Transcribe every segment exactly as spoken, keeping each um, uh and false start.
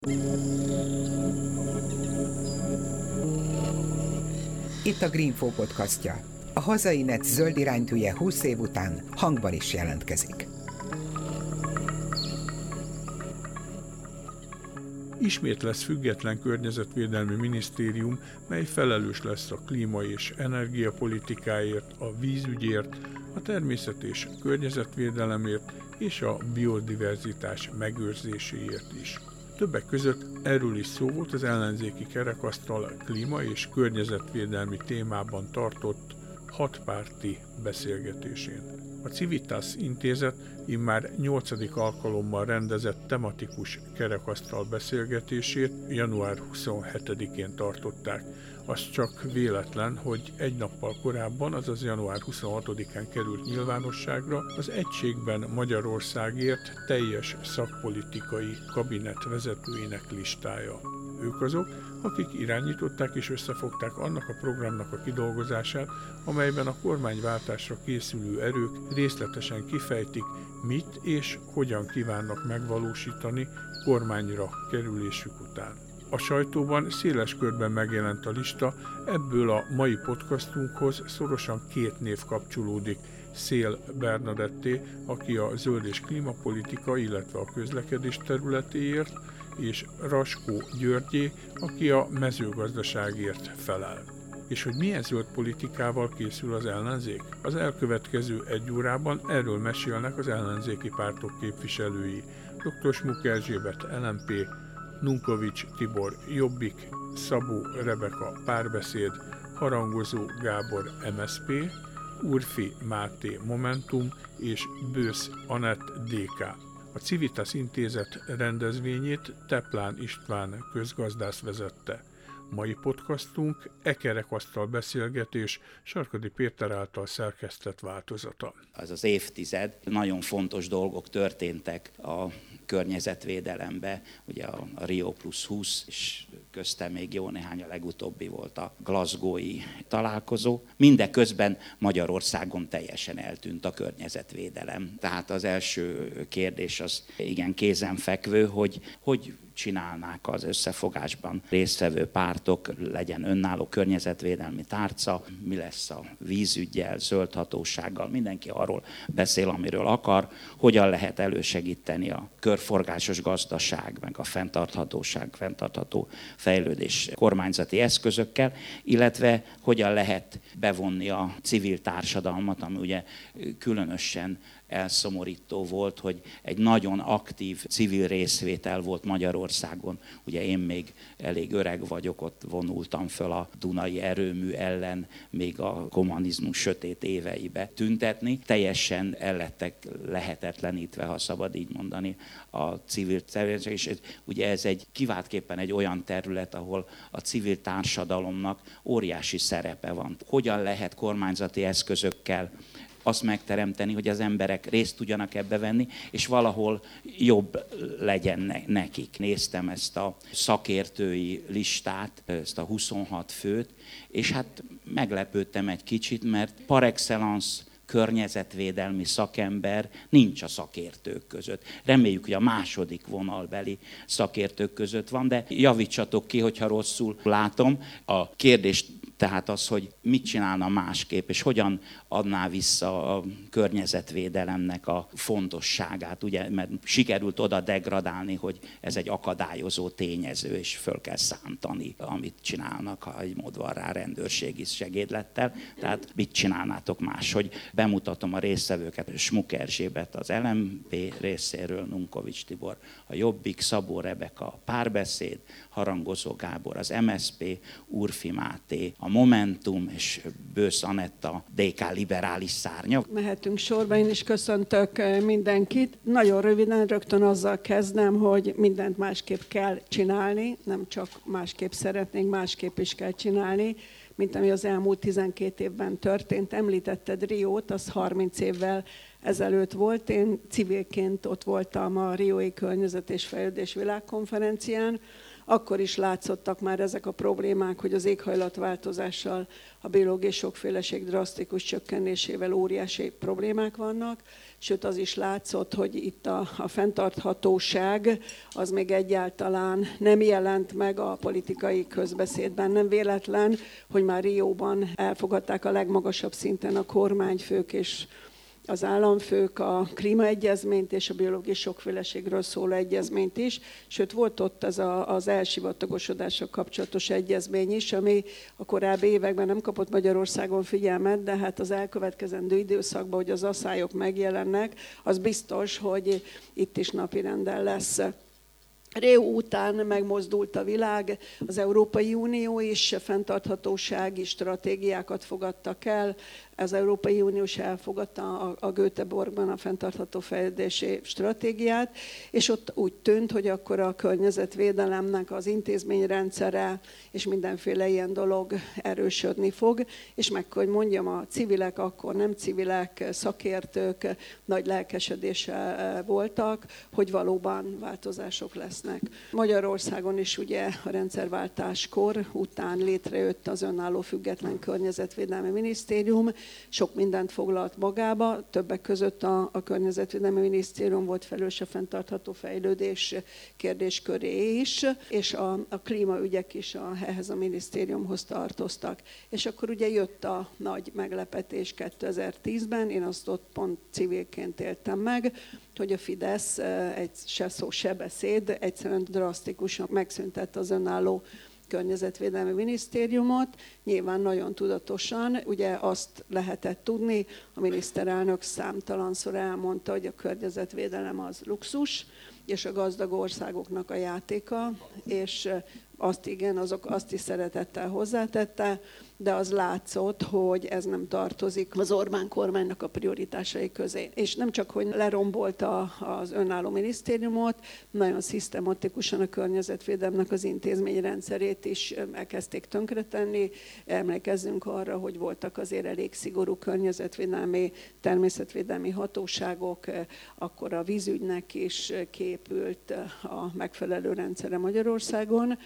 Itt a Greenfo podcastja. A hazai net zöld iránytűje húsz év után hangban is jelentkezik. Ismét lesz független környezetvédelmi minisztérium, mely felelős lesz a klíma- és energiapolitikáért, a vízügyért, a természet- és környezetvédelemért és a biodiverzitás megőrzéséért is. Többek között erről is szó volt az ellenzéki kerekasztal klíma- és környezetvédelmi témában tartott hatpárti beszélgetésén. A Civitas Intézet immár nyolcadik alkalommal rendezett tematikus kerekasztal beszélgetését január huszonhetedikén tartották. Az csak véletlen, hogy egy nappal korábban, azaz január huszonhatodikán került nyilvánosságra az Egységben Magyarországért teljes szakpolitikai kabinet vezetőinek listája. Ők azok, akik irányították és összefogták annak a programnak a kidolgozását, amelyben a kormányváltásra készülő erők részletesen kifejtik, mit és hogyan kívánnak megvalósítani kormányra kerülésük után. A sajtóban széles körben megjelent a lista, ebből a mai podcastunkhoz szorosan két név kapcsolódik. Szél Bernadetté, aki a zöld és klímapolitika, illetve a közlekedés területéért, és Raskó Györgyé, aki a mezőgazdaságért felel. És hogy milyen zöld politikával készül az ellenzék? Az elkövetkező egy órában erről mesélnek az ellenzéki pártok képviselői. dr. Smuk Erzsébet el em pé, Nunkovics Tibor Jobbik, Szabó Rebeka Párbeszéd, Harangozó Gábor em es zé pé, Urfi Máté Momentum és Bősz Anett dé ká. A Civitas Intézet rendezvényét Teplán István közgazdász vezette. Mai podcastunk e kerekasztal beszélgetés Sarkadi Péter által szerkesztett változata. Az az évtized, nagyon fontos dolgok történtek a környezetvédelembe, ugye a Rio plusz húsz, és köztem még jó néhány, a legutóbbi volt a Glasgow-i találkozó. Mindeközben Magyarországon teljesen eltűnt a környezetvédelem. Tehát az első kérdés az igen kézenfekvő, hogy hogy csinálnák az összefogásban résztvevő pártok, legyen önálló környezetvédelmi tárca, mi lesz a vízüggyel, zöld hatósággal, mindenki arról beszél, amiről akar, hogyan lehet elősegíteni a körforgásos gazdaság, meg a fenntarthatóság, fenntartható fejlődés kormányzati eszközökkel, illetve hogyan lehet bevonni a civil társadalmat, ami ugye különösen elszomorító volt, hogy egy nagyon aktív civil részvétel volt Magyarországon. Ugye én még elég öreg vagyok, ott vonultam föl a Dunai erőmű ellen, még a kommunizmus sötét éveibe tüntetni. Teljesen ellettek lehetetlenítve, ha szabad így mondani, a civil terület, és ugye ez egy kiváltképpen egy olyan terület, ahol a civil társadalomnak óriási szerepe van. Hogyan lehet kormányzati eszközökkel azt megteremteni, hogy az emberek részt tudjanak ebbe venni, és valahol jobb legyen nekik. Néztem ezt a szakértői listát, ezt a huszonhat főt, és hát meglepődtem egy kicsit, mert par excellence környezetvédelmi szakember nincs a szakértők között. Reméljük, hogy a második vonalbeli szakértők között van, de javítsatok ki, hogyha rosszul látom. A kérdés tehát az, hogy mit csinálna másképp, és hogyan adná vissza a környezetvédelemnek a fontosságát, ugye, mert sikerült oda degradálni, hogy ez egy akadályozó tényező, és föl kell szántani, amit csinálnak, ha egy mód van rá, rendőrségi segédlettel. Tehát mit csinálnátok más, hogy bemutatom a résztvevőket, Smuk Erzsébet az el em pé részéről, Nunkovics Tibor a Jobbik, Szabó Rebeka a Párbeszéd, Harangozó Gábor az em es zé pé, Urfi Máté a Momentum, és Bősz Anett a dé ká liberális szárnya. Mehetünk sorba, én is köszöntök mindenkit. Nagyon röviden, rögtön azzal kezdem, hogy mindent másképp kell csinálni, nem csak másképp szeretnénk, másképp is kell csinálni, mint ami az elmúlt tizenkét évben történt. Említetted Riót, az harminc évvel ezelőtt volt. Én civilként ott voltam a Riói Környezet és Fejlődés Világkonferencián, akkor is látszottak már ezek a problémák, hogy az éghajlatváltozással, a biológiai sokféleség drasztikus csökkenésével óriási problémák vannak, sőt az is látszott, hogy itt a, a fenntarthatóság az még egyáltalán nem jelent meg a politikai közbeszédben. Nem véletlen, hogy már Rióban elfogadták a legmagasabb szinten a kormányfők és az államfők a klímaegyezményt és a biológiai sokféleségről szóló egyezményt is, sőt volt ott ez a, az elsivatagosodással kapcsolatos egyezmény is, ami a korábbi években nem kapott Magyarországon figyelmet, de hát az elkövetkezendő időszakban, hogy az aszályok megjelennek, az biztos, hogy itt is napirenden lesz. Rio után megmozdult a világ, az Európai Unió is fenntarthatósági stratégiákat fogadtak el. Az Európai Unió is elfogadta a, a Göteborgban a fenntartható fejlődési stratégiát, és ott úgy tűnt, hogy akkor a környezetvédelemnek az intézményrendszere és mindenféle ilyen dolog erősödni fog, és meg, hogy mondjam, a civilek akkor nem civilek, szakértők nagy lelkesedéssel voltak, hogy valóban változások lesznek. Magyarországon is ugye a rendszerváltáskor után létrejött az önálló független környezetvédelmi minisztérium, sok mindent foglalt magába, többek között a, a Környezetvédelmi Minisztérium volt felelős a fenntartható fejlődés kérdésköré is, és a, a klímaügyek is a, ehhez a minisztériumhoz tartoztak. És akkor ugye jött a nagy meglepetés kétezer-tízben, én azt ott pont civilként éltem meg, hogy a Fidesz egy se szó, se beszéd, egyszerűen drasztikusan megszüntette az önálló Környezetvédelmi Minisztériumot, nyilván nagyon tudatosan, ugye azt lehetett tudni, a miniszterelnök számtalanszor elmondta, hogy a környezetvédelem az luxus, és a gazdag országoknak a játéka, és azt igen, azok azt is szeretettel hozzátette, de az látszott, hogy ez nem tartozik az Orbán kormánynak a prioritásai közé. És nem csak, hogy lerombolta az önálló minisztériumot, nagyon szisztematikusan a környezetvédelemnek az intézményrendszerét is elkezdték tönkretenni. Emlékezzünk arra, hogy voltak azért elég szigorú környezetvédelmi, természetvédelmi hatóságok, akkor a vízügynek is kiépült a megfelelő rendszere Magyarországon,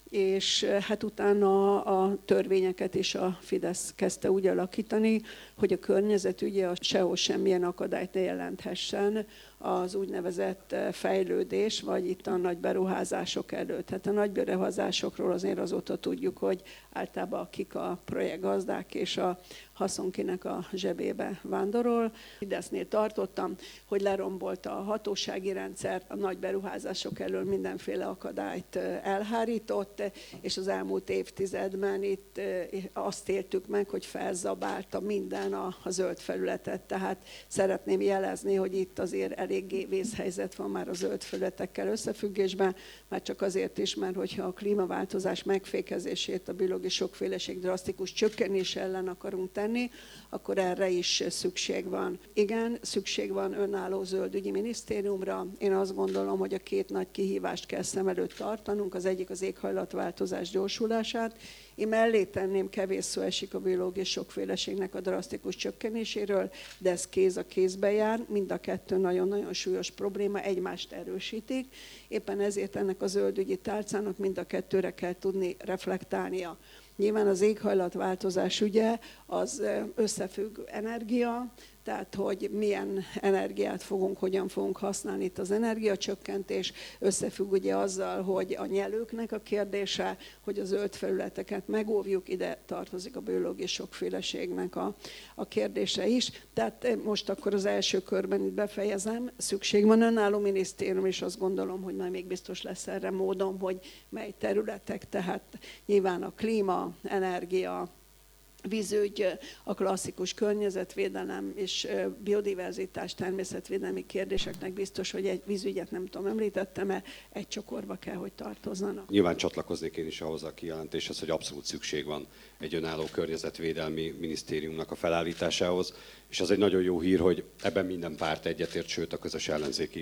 és hát utána a törvényeket is a Fidesz kezdte úgy alakítani, hogy a környezetügye a sehol semmilyen akadályt ne jelenthessen az úgynevezett fejlődés, vagy itt a nagy beruházások előtt. Tehát a nagy beruházásokról azért azóta tudjuk, hogy általában kik a projektgazdák és a haszon kinek a zsebébe vándorol. Fidesznél tartottam, hogy lerombolta a hatósági rendszert, a nagy beruházások elől mindenféle akadályt elhárított, és az elmúlt évtizedben itt azt éltük meg, hogy felzabálta minden a, a zöld felületet. Tehát szeretném jelezni, hogy itt azért eléggé vészhelyzet van már a zöld felületekkel összefüggésben, már csak azért is, mert hogyha a klímaváltozás megfékezését, a biológiai sokféleség drasztikus csökkenés ellen akarunk tenni, akkor erre is szükség van. Igen, szükség van önálló zöldügyi minisztériumra. Én azt gondolom, hogy a két nagy kihívást kell szem előtt tartanunk. Az egyik az éghajlatváltozás gyorsulását. Én mellé tenném, kevés szó esik a biológiai sokféleségnek a drasztikus csökkenéséről, de ez kéz a kézbe jár. Mind a kettő nagyon-nagyon súlyos probléma, egymást erősítik. Éppen ezért ennek a zöldügyi tálcának mind a kettőre kell tudni reflektálnia. Nyilván az éghajlatváltozás ugye az összefügg energia, tehát hogy milyen energiát fogunk, hogyan fogunk használni itt az energiacsökkentés, összefügg ugye azzal, hogy a nyelőknek a kérdése, hogy a zöld felületeket megóvjuk, ide tartozik a biológiai sokféleségnek a, a kérdése is. Tehát most akkor az első körben itt befejezem, szükség van önálló minisztérium, és azt gondolom, hogy majd még biztos lesz erre módom, hogy mely területek, tehát nyilván a klíma, energia, vízügy, a klasszikus környezetvédelem és biodiverzitás, természetvédelmi kérdéseknek biztos, hogy egy vízügyet nem tudom, említettem-e, egy csokorba kell, hogy tartozzanak. Nyilván csatlakoznék én is ahhoz a kijelentéshez, hogy abszolút szükség van egy önálló környezetvédelmi minisztériumnak a felállításához, és az egy nagyon jó hír, hogy ebben minden párt egyetért, sőt a közös ellenzéki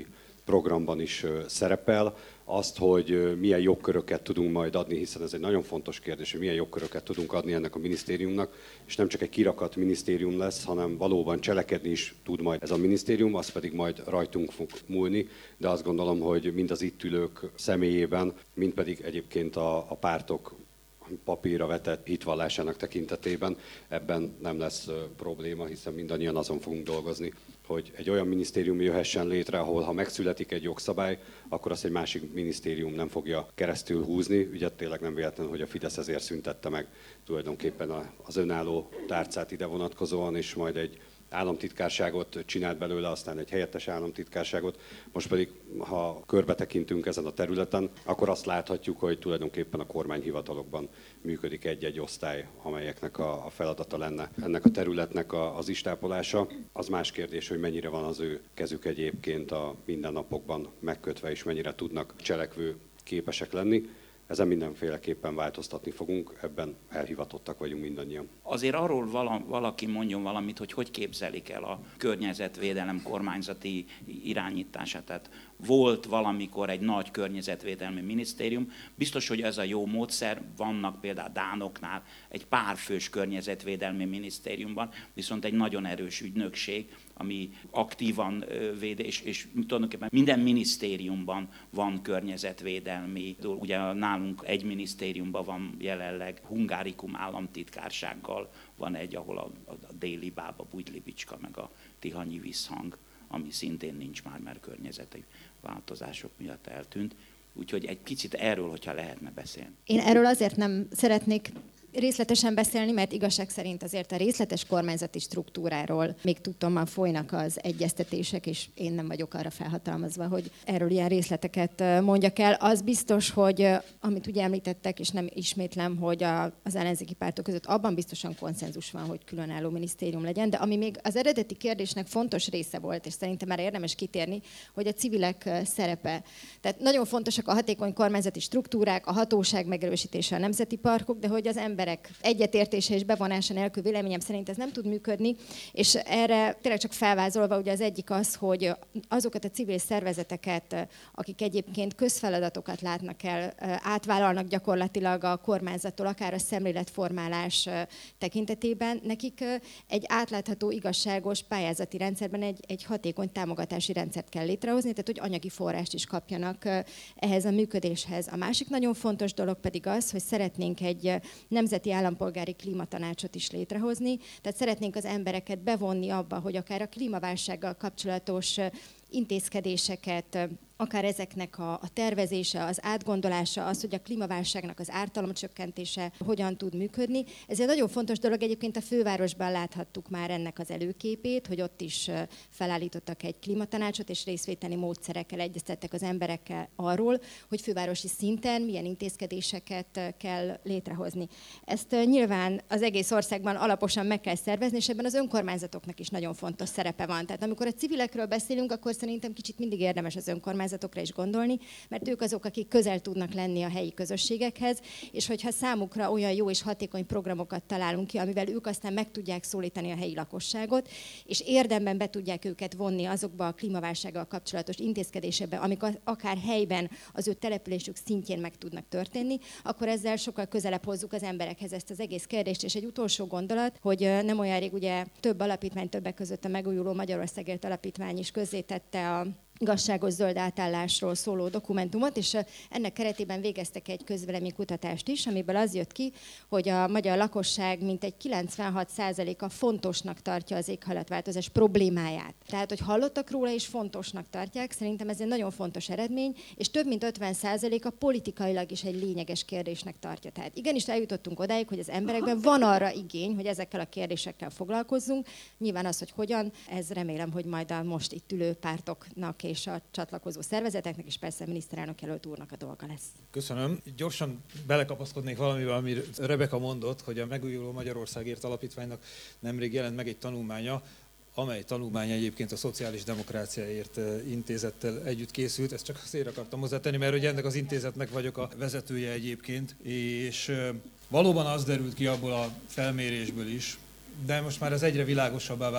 programban is szerepel. Azt, hogy milyen jogköröket tudunk majd adni, hiszen ez egy nagyon fontos kérdés, hogy milyen jogköröket tudunk adni ennek a minisztériumnak, és nem csak egy kirakat minisztérium lesz, hanem valóban cselekedni is tud majd ez a minisztérium, az pedig majd rajtunk fog múlni, de azt gondolom, hogy mind az itt ülők személyében, mind pedig egyébként a, a pártok papírra vetett hitvallásának tekintetében ebben nem lesz probléma, hiszen mindannyian azon fogunk dolgozni, hogy egy olyan minisztérium jöhessen létre, ahol ha megszületik egy jogszabály, akkor azt egy másik minisztérium nem fogja keresztül húzni. Ugye tényleg nem véletlen, hogy a Fidesz ezért szüntette meg tulajdonképpen az önálló tárcát ide vonatkozóan, és majd egy államtitkárságot csinált belőle, aztán egy helyettes államtitkárságot. Most pedig, ha körbe tekintünk ezen a területen, akkor azt láthatjuk, hogy tulajdonképpen a kormányhivatalokban működik egy-egy osztály, amelyeknek a feladata lenne ennek a területnek az istápolása. Az más kérdés, hogy mennyire van az ő kezük egyébként a mindennapokban megkötve, és mennyire tudnak cselekvő képesek lenni. Ezen mindenféleképpen változtatni fogunk, ebben elhivatottak vagyunk mindannyian. Azért arról vala, valaki mondjon valamit, hogy hogy képzelik el a környezetvédelem kormányzati irányítását. Tehát volt valamikor egy nagy környezetvédelmi minisztérium, biztos, hogy ez a jó módszer, vannak például Dánoknál egy párfős környezetvédelmi minisztériumban, viszont egy nagyon erős ügynökség, ami aktívan véd, és, és tulajdonképpen minden minisztériumban van környezetvédelmi. Ugye nálunk egy minisztériumban van jelenleg Hungarikum államtitkársággal, van egy, ahol a, a déli bába, Bugylibicska, meg a tihanyi visszhang, ami szintén nincs már, mert környezeti változások miatt eltűnt. Úgyhogy egy picit erről, hogyha lehetne beszélni. Én erről azért nem szeretnék részletesen beszélni, mert igazság szerint azért a részletes kormányzati struktúráról még tudtommal folynak az egyeztetések, és én nem vagyok arra felhatalmazva, hogy erről ilyen részleteket mondjak el. Az biztos, hogy amit ugye említettek, és nem ismétlem, hogy a, az ellenzéki pártok között abban biztosan konszenzus van, hogy különálló minisztérium legyen, de ami még az eredeti kérdésnek fontos része volt, és szerintem már érdemes kitérni, hogy a civilek szerepe. Tehát nagyon fontosak a hatékony kormányzati struktúrák, a hatóság megerősítése, a nemzeti parkok, de hogy az ember egyetértése és bevonása nélkül véleményem szerint ez nem tud működni, és erre tényleg csak felvázolva, ugye az egyik az, hogy azokat a civil szervezeteket, akik egyébként közfeladatokat látnak el, átvállalnak gyakorlatilag a kormányzattól, akár a szemléletformálás tekintetében, nekik egy átlátható, igazságos pályázati rendszerben egy, egy hatékony támogatási rendszert kell létrehozni, tehát hogy anyagi forrást is kapjanak ehhez a működéshez. A másik nagyon fontos dolog pedig az, hogy szeretnénk egy nemzeti állampolgári klímatanácsot is létrehozni, tehát szeretnénk az embereket bevonni abba, hogy akár a klímaválsággal kapcsolatos intézkedéseket, akár ezeknek a, a tervezése, az átgondolása, az, hogy a klímaválságnak az ártalomcsökkentése hogyan tud működni. Ez egy nagyon fontos dolog, egyébként a fővárosban láthattuk már ennek az előképét, hogy ott is felállítottak egy klímatanácsot, és részvételi módszerekkel egyeztettek az emberekkel arról, hogy fővárosi szinten milyen intézkedéseket kell létrehozni. Ezt nyilván az egész országban alaposan meg kell szervezni, és ebben az önkormányzatoknak is nagyon fontos szerepe van. Tehát amikor a civilekről beszélünk, akkor szerintem kicsit mindig érdemes az önkormányzatokra is gondolni, mert ők azok, akik közel tudnak lenni a helyi közösségekhez, és hogyha számukra olyan jó és hatékony programokat találunk ki, amivel ők aztán meg tudják szólítani a helyi lakosságot, és érdemben be tudják őket vonni azokba a klímaválsággal kapcsolatos intézkedésekbe, amik akár helyben az ő településük szintjén meg tudnak történni, akkor ezzel sokkal közelebb hozzuk az emberekhez ezt az egész kérdést. És egy utolsó gondolat, hogy nem olyan rég ugye több alapítvány, többek között a Megújuló Magyarországért Alapítvány is közzétette a igazságos zöld átállásról szóló dokumentumot, és ennek keretében végeztek egy közvéleménykutatást is, amiből az jött ki, hogy a magyar lakosság mintegy kilencvenhat százaléka fontosnak tartja az éghajlatváltozás problémáját. Tehát, hogy hallottak róla és fontosnak tartják, szerintem ez egy nagyon fontos eredmény, és több mint ötven százaléka politikailag is egy lényeges kérdésnek tartja. Tehát igenis eljutottunk odáig, hogy az emberekben van arra igény, hogy ezekkel a kérdésekkel foglalkozzunk. Nyilván az, hogy hogyan, ez remélem, hogy majd a most itt ülő pártoknak és a csatlakozó szervezeteknek, és persze a miniszterelnök jelölt úrnak a dolga lesz. Köszönöm. Gyorsan belekapaszkodnék valamivel, amit Rebeka mondott, hogy a Megújuló Magyarországért Alapítványnak nemrég jelent meg egy tanulmánya, amely tanulmány egyébként a Szociális Demokráciáért Intézettel együtt készült. Ezt csak azért akartam hozzátenni, mert ugye ennek az intézetnek vagyok a vezetője egyébként, és valóban az derült ki abból a felmérésből is, de most már ez egyre világosabbá válik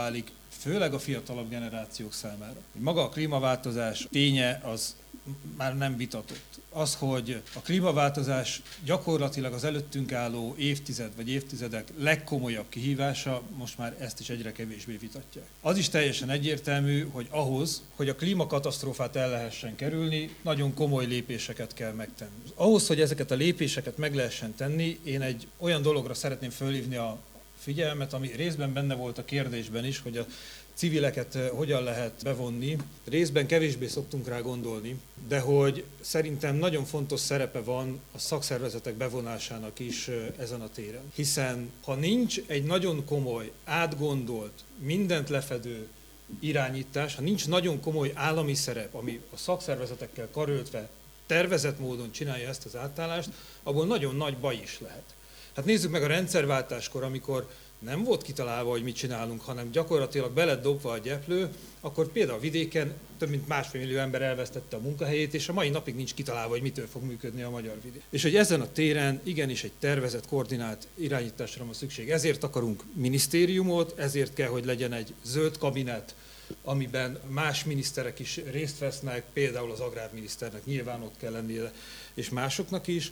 főleg a fiatalabb generációk számára. Maga a klímaváltozás ténye az már nem vitatott. Az, hogy a klímaváltozás gyakorlatilag az előttünk álló évtized vagy évtizedek legkomolyabb kihívása, most már ezt is egyre kevésbé vitatják. Az is teljesen egyértelmű, hogy ahhoz, hogy a klímakatasztrófát el lehessen kerülni, nagyon komoly lépéseket kell megtenni. Ahhoz, hogy ezeket a lépéseket meg lehessen tenni, én egy olyan dologra szeretném fölhívni a figyelmet, ami részben benne volt a kérdésben is, hogy a civileket hogyan lehet bevonni. Részben kevésbé szoktunk rá gondolni, de hogy szerintem nagyon fontos szerepe van a szakszervezetek bevonásának is ezen a téren. Hiszen ha nincs egy nagyon komoly, átgondolt, mindent lefedő irányítás, ha nincs nagyon komoly állami szerep, ami a szakszervezetekkel karöltve tervezett módon csinálja ezt az átállást, abból nagyon nagy baj is lehet. Hát nézzük meg a rendszerváltáskor, amikor nem volt kitalálva, hogy mit csinálunk, hanem gyakorlatilag be lett dobva a gyeplő, akkor például a vidéken több mint másfél millió ember elvesztette a munkahelyét, és a mai napig nincs kitalálva, hogy mitől fog működni a magyar vidék. És hogy ezen a téren igenis egy tervezett, koordinált irányításra van szükség. Ezért akarunk minisztériumot, ezért kell, hogy legyen egy zöld kabinet, amiben más miniszterek is részt vesznek, például az agrárminiszternek nyilván ott kell lennie, és másoknak is,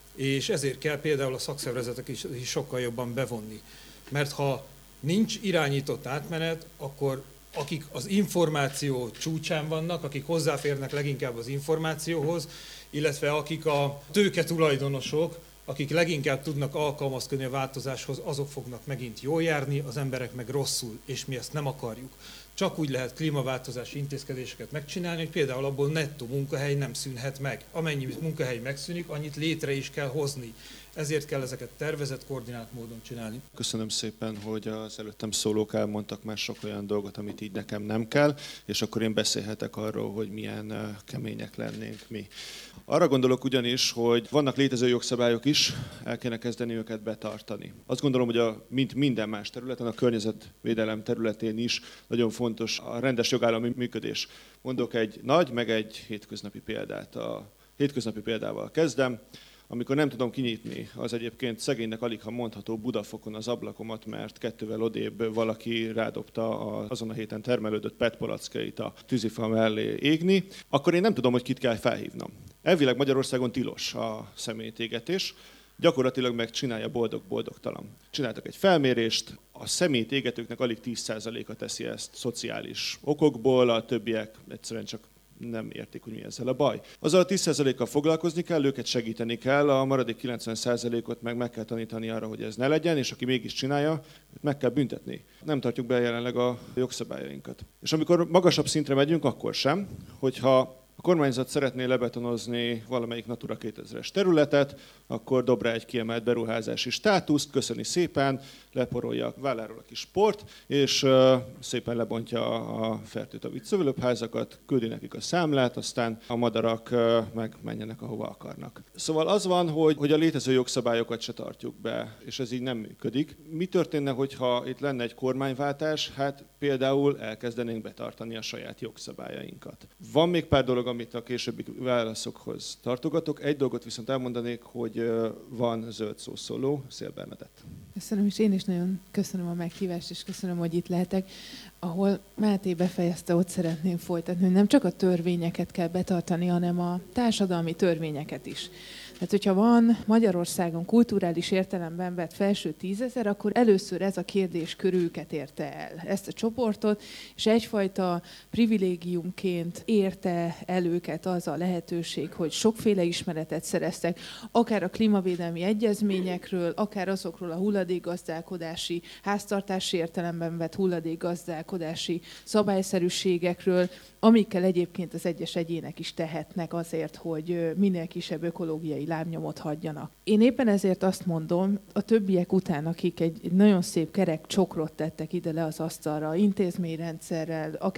és ezért kell például a szakszervezetek is, is sokkal jobban bevonni. Mert ha nincs irányított átmenet, akkor akik az információ csúcsán vannak, akik hozzáférnek leginkább az információhoz, illetve akik a tőke tulajdonosok, akik leginkább tudnak alkalmazkodni a változáshoz, azok fognak megint jól járni, az emberek meg rosszul, és mi ezt nem akarjuk. Csak úgy lehet klímaváltozási intézkedéseket megcsinálni, hogy például abból nettó munkahely nem szűnhet meg. Amennyi munkahely megszűnik, annyit létre is kell hozni. Ezért kell ezeket tervezett, koordinált módon csinálni. Köszönöm szépen, hogy az előttem szólók elmondtak már sok olyan dolgot, amit így nekem nem kell, és akkor én beszélhetek arról, hogy milyen kemények lennénk mi. Arra gondolok ugyanis, hogy vannak létező jogszabályok is, el kéne kezdeni őket betartani. Azt gondolom, hogy a, mint minden más területen, a környezetvédelem területén is nagyon fontos a rendes jogállami működés. Mondok egy nagy, meg egy hétköznapi példát. A hétköznapi példával kezdem. Amikor nem tudom kinyitni az egyébként szegénynek aligha mondható Budafokon az ablakomat, mert kettővel odébb valaki rádobta azon a héten termelődött pé é té palackait a tűzifa mellé égni, akkor én nem tudom, hogy kit kell felhívnom. Elvileg Magyarországon tilos a személytégetés, gyakorlatilag meg csinálja boldog-boldogtalan. Csináltak egy felmérést, a személytégetőknek alig tíz százaléka teszi ezt szociális okokból, a többiek egyszerűen csak nem értik, hogy mi ezzel a baj. Azzal a tíz százalékkal foglalkozni kell, őket segíteni kell, a maradék kilencven százalékot meg meg kell tanítani arra, hogy ez ne legyen, és aki mégis csinálja, meg kell büntetni. Nem tartjuk be jelenleg a jogszabályainkat. És amikor magasabb szintre megyünk, akkor sem, hogyha a kormányzat szeretné lebetonozni valamelyik Natura kétezres területet, akkor dob rá egy kiemelt beruházási státuszt, köszöni szépen, leporolja a válláról a kis port, és uh, szépen lebontja a fertőtavít szövölöpházakat, küldi nekik a számlát, aztán a madarak uh, meg menjenek, ahova akarnak. Szóval az van, hogy, hogy a létező jogszabályokat se tartjuk be, és ez így nem működik. Mi történne, hogyha itt lenne egy kormányváltás? Hát például elkezdenénk betartani a saját jogszabályainkat. Van még pár dolog, amit a későbbi válaszokhoz tartogatok. Egy dolgot viszont elmondanék, hogy van zöld szószóló, Szél Bernadett. Köszönöm, és én is nagyon köszönöm a meghívást, és köszönöm, hogy itt lehetek. Ahol Máté befejezte, ott szeretném folytatni, hogy nem csak a törvényeket kell betartani, hanem a társadalmi törvényeket is. Tehát, hogyha van Magyarországon kulturális értelemben vett felső tízezer, akkor először ez a kérdés őket érte el, ezt a csoportot, és egyfajta privilégiumként érte el őket az a lehetőség, hogy sokféle ismeretet szereztek, akár a klímavédelmi egyezményekről, akár azokról a hulladékgazdálkodási, háztartási értelemben vett hulladékgazdálkodási szabályszerűségekről, amikkel egyébként az egyes egyének is tehetnek azért, hogy minél kisebb ökológiai lábnyomot hagyjanak. Én éppen ezért azt mondom, a többiek után, akik egy nagyon szép kerek csokrot tettek ide le az asztalra, intézményrendszerrel, akár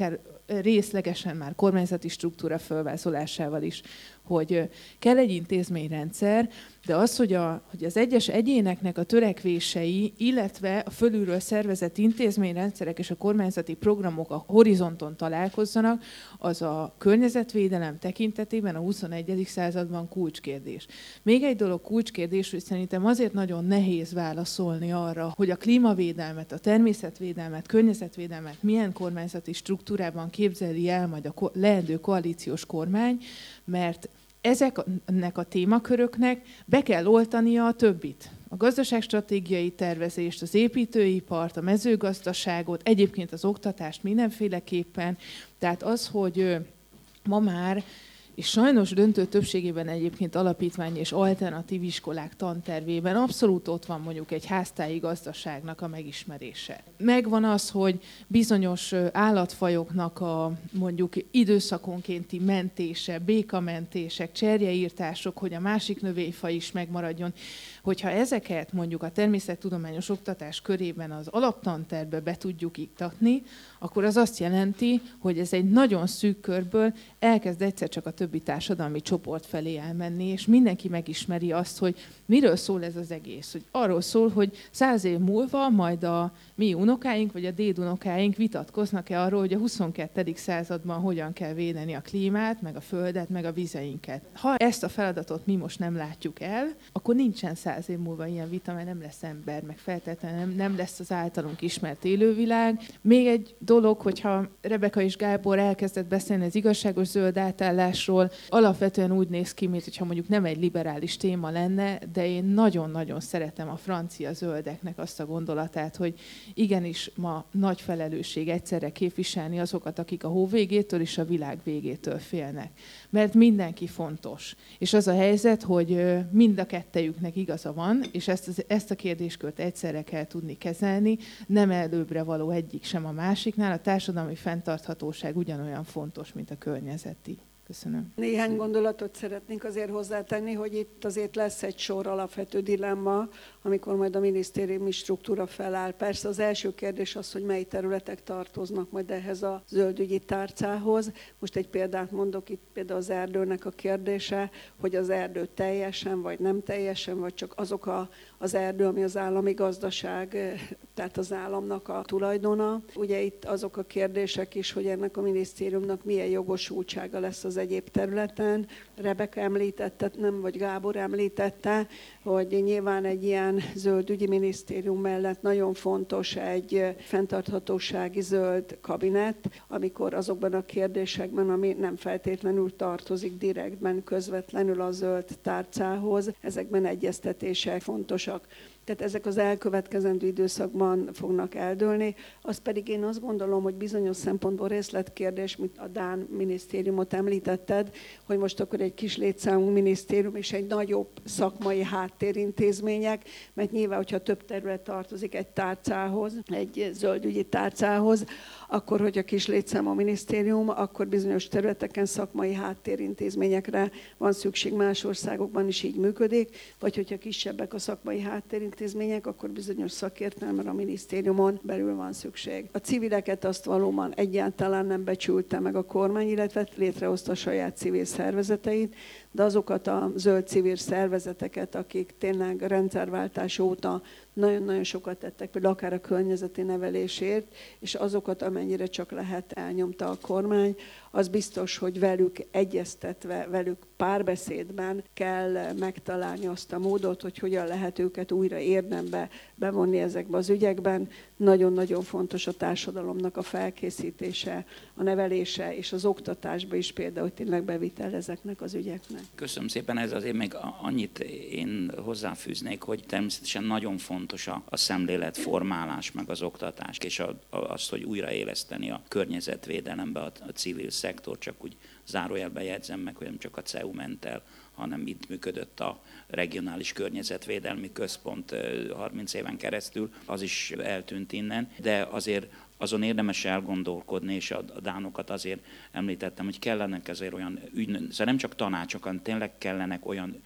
részlegesen már kormányzati struktúra fölvázolásával is, hogy kell egy intézményrendszer, de az, hogy, a, hogy az egyes egyéneknek a törekvései, illetve a fölülről szervezett intézményrendszerek és a kormányzati programok a horizonton találkozzanak, az a környezetvédelem tekintetében a huszonegyedik században kulcskérdés. Még egy dolog kulcskérdés, hogy szerintem azért nagyon nehéz válaszolni arra, hogy a klímavédelmet, a természetvédelmet, környezetvédelmet milyen kormányzati struktúrában képzeli el majd a ko- leendő koalíciós kormány, mert ezeknek a témaköröknek be kell oltania a többit. A gazdaságstratégiai tervezést, az építőipart, a mezőgazdaságot, egyébként az oktatást mindenféleképpen. Tehát az, hogy ma már, és sajnos döntő többségében egyébként alapítvány és alternatív iskolák tantervében abszolút ott van mondjuk egy háztáji gazdaságnak a megismerése. Megvan az, hogy bizonyos állatfajoknak a mondjuk időszakonkénti mentése, békamentések, cserjeírtások, hogy a másik növényfaj is megmaradjon. Hogyha ezeket mondjuk a természettudományos oktatás körében az alaptantervbe be tudjuk iktatni, akkor az azt jelenti, hogy ez egy nagyon szűk körből elkezd egyszer csak a többi társadalmi csoport felé elmenni, és mindenki megismeri azt, hogy miről szól ez az egész. Hogy arról szól, hogy száz év múlva majd a mi unokáink, vagy a dédunokáink vitatkoznak-e arról, hogy a huszonkettedik században hogyan kell védeni a klímát, meg a földet, meg a vizeinket. Ha ezt a feladatot mi most nem látjuk el, akkor nincsen száz év múlva ilyen vita, mert nem lesz ember, meg feltétlenül nem, nem lesz az általunk ismert élővilág. Még egy dolog, hogyha Rebeka és Gábor elkezdett beszélni az igazságos zöld átállásról, alapvetően úgy néz ki, mintha mondjuk nem egy liberális téma lenne, de én nagyon-nagyon szeretem a francia zöldeknek azt a gondolatát, hogy igenis ma nagy felelősség egyszerre képviselni azokat, akik a hó végétől és a világ végétől félnek. Mert mindenki fontos. És az a helyzet, hogy mind a kettejüknek igaza van, és ezt, ezt a kérdéskört egyszerre kell tudni kezelni, nem előbbre való egyik sem a másiknál, a társadalmi fenntarthatóság ugyanolyan fontos, mint a környezeti. Köszönöm. Néhány gondolatot szeretnénk azért hozzátenni, hogy itt azért lesz egy sor alapvető dilemma, amikor majd a minisztériumi struktúra feláll. Persze az első kérdés az, hogy mely területek tartoznak majd ehhez a zöldügyi tárcához. Most egy példát mondok, itt például az erdőnek a kérdése, hogy az erdő teljesen, vagy nem teljesen, vagy csak azok a, az erdő, ami az állami gazdaság, tehát az államnak a tulajdona. Ugye itt azok a kérdések is, hogy ennek a minisztériumnak milyen jogosultsága lesz az egyéb területen. Rebeka említette, nem, vagy Gábor említette, hogy nyilván egy ilyen zöldügyi minisztérium mellett nagyon fontos egy fenntarthatósági zöld kabinet, amikor azokban a kérdésekben, ami nem feltétlenül tartozik direktben, közvetlenül a zöld tárcához, ezekben egyeztetések fontosak. Tehát ezek az elkövetkezendő időszakban fognak eldőlni. Az pedig én azt gondolom, hogy bizonyos szempontból részletkérdés, mint a Dán minisztériumot említetted, hogy most akkor egy kis létszámú minisztérium és egy nagyobb szakmai háttérintézmények, mert nyilván, hogyha több terület tartozik egy tárcához, egy zöldügyi tárcához, akkor, hogyha kis létszámú minisztérium, akkor bizonyos területeken szakmai háttérintézményekre van szükség, más országokban is így működik, vagy hogyha kisebbek a szakmai háttérintézmények, akkor bizonyos szakértelemre a minisztériumon belül van szükség. A civileket azt valóban egyáltalán nem becsülte meg a kormány, illetve létrehozta a saját civil szervezeteit, de azokat a zöld civil szervezeteket, akik tényleg rendszerváltás óta nagyon-nagyon sokat tettek, például akár a környezeti nevelésért, és azokat, amennyire csak lehet, elnyomta a kormány, az biztos, hogy velük egyeztetve, velük párbeszédben kell megtalálni azt a módot, hogy hogyan lehet őket újra érdembe bevonni ezekbe az ügyekben. Nagyon-nagyon fontos a társadalomnak a felkészítése, a nevelése és az oktatásba is például tényleg bevitel ezeknek az ügyeknek. Köszönöm szépen, ez azért még annyit én hozzáfűznék, hogy természetesen nagyon fontos a, a szemléletformálás, meg az oktatás, és a, a, az, hogy újraéleszteni a környezetvédelembe a, a civil szektor, csak úgy zárójelben jegyzem meg, hogy nem csak a cé e u ment el, hanem itt működött a regionális környezetvédelmi központ harminc éven keresztül, az is eltűnt innen, de azért azon érdemes elgondolkodni, és a dánokat azért említettem, hogy kellenek azért olyan ügynök, szóval nem csak tanácsok, hanem tényleg kellenek olyan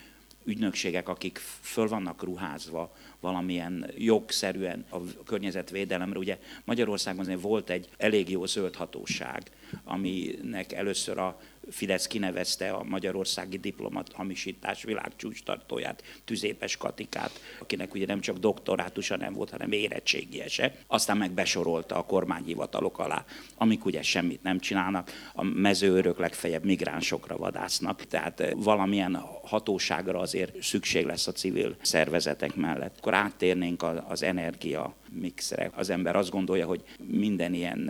ügynökségek, akik föl vannak ruházva valamilyen jogszerűen a környezetvédelemre. Ugye Magyarországon azért volt egy elég jó zöld hatóság, aminek először a Fidesz kinevezte a magyarországi diplomat hamisítás világcsúcstartóját, Tüzépes Katikát, akinek ugye nem csak doktorátusa nem volt, hanem érettségie se. Aztán meg besorolta a kormányhivatalok alá, amik ugye semmit nem csinálnak, a mezőőrök legfeljebb migránsokra vadásznak, tehát valamilyen hatóságra azért szükség lesz a civil szervezetek mellett. Akkor áttérnénk az energia mixre. Az ember azt gondolja, hogy minden ilyen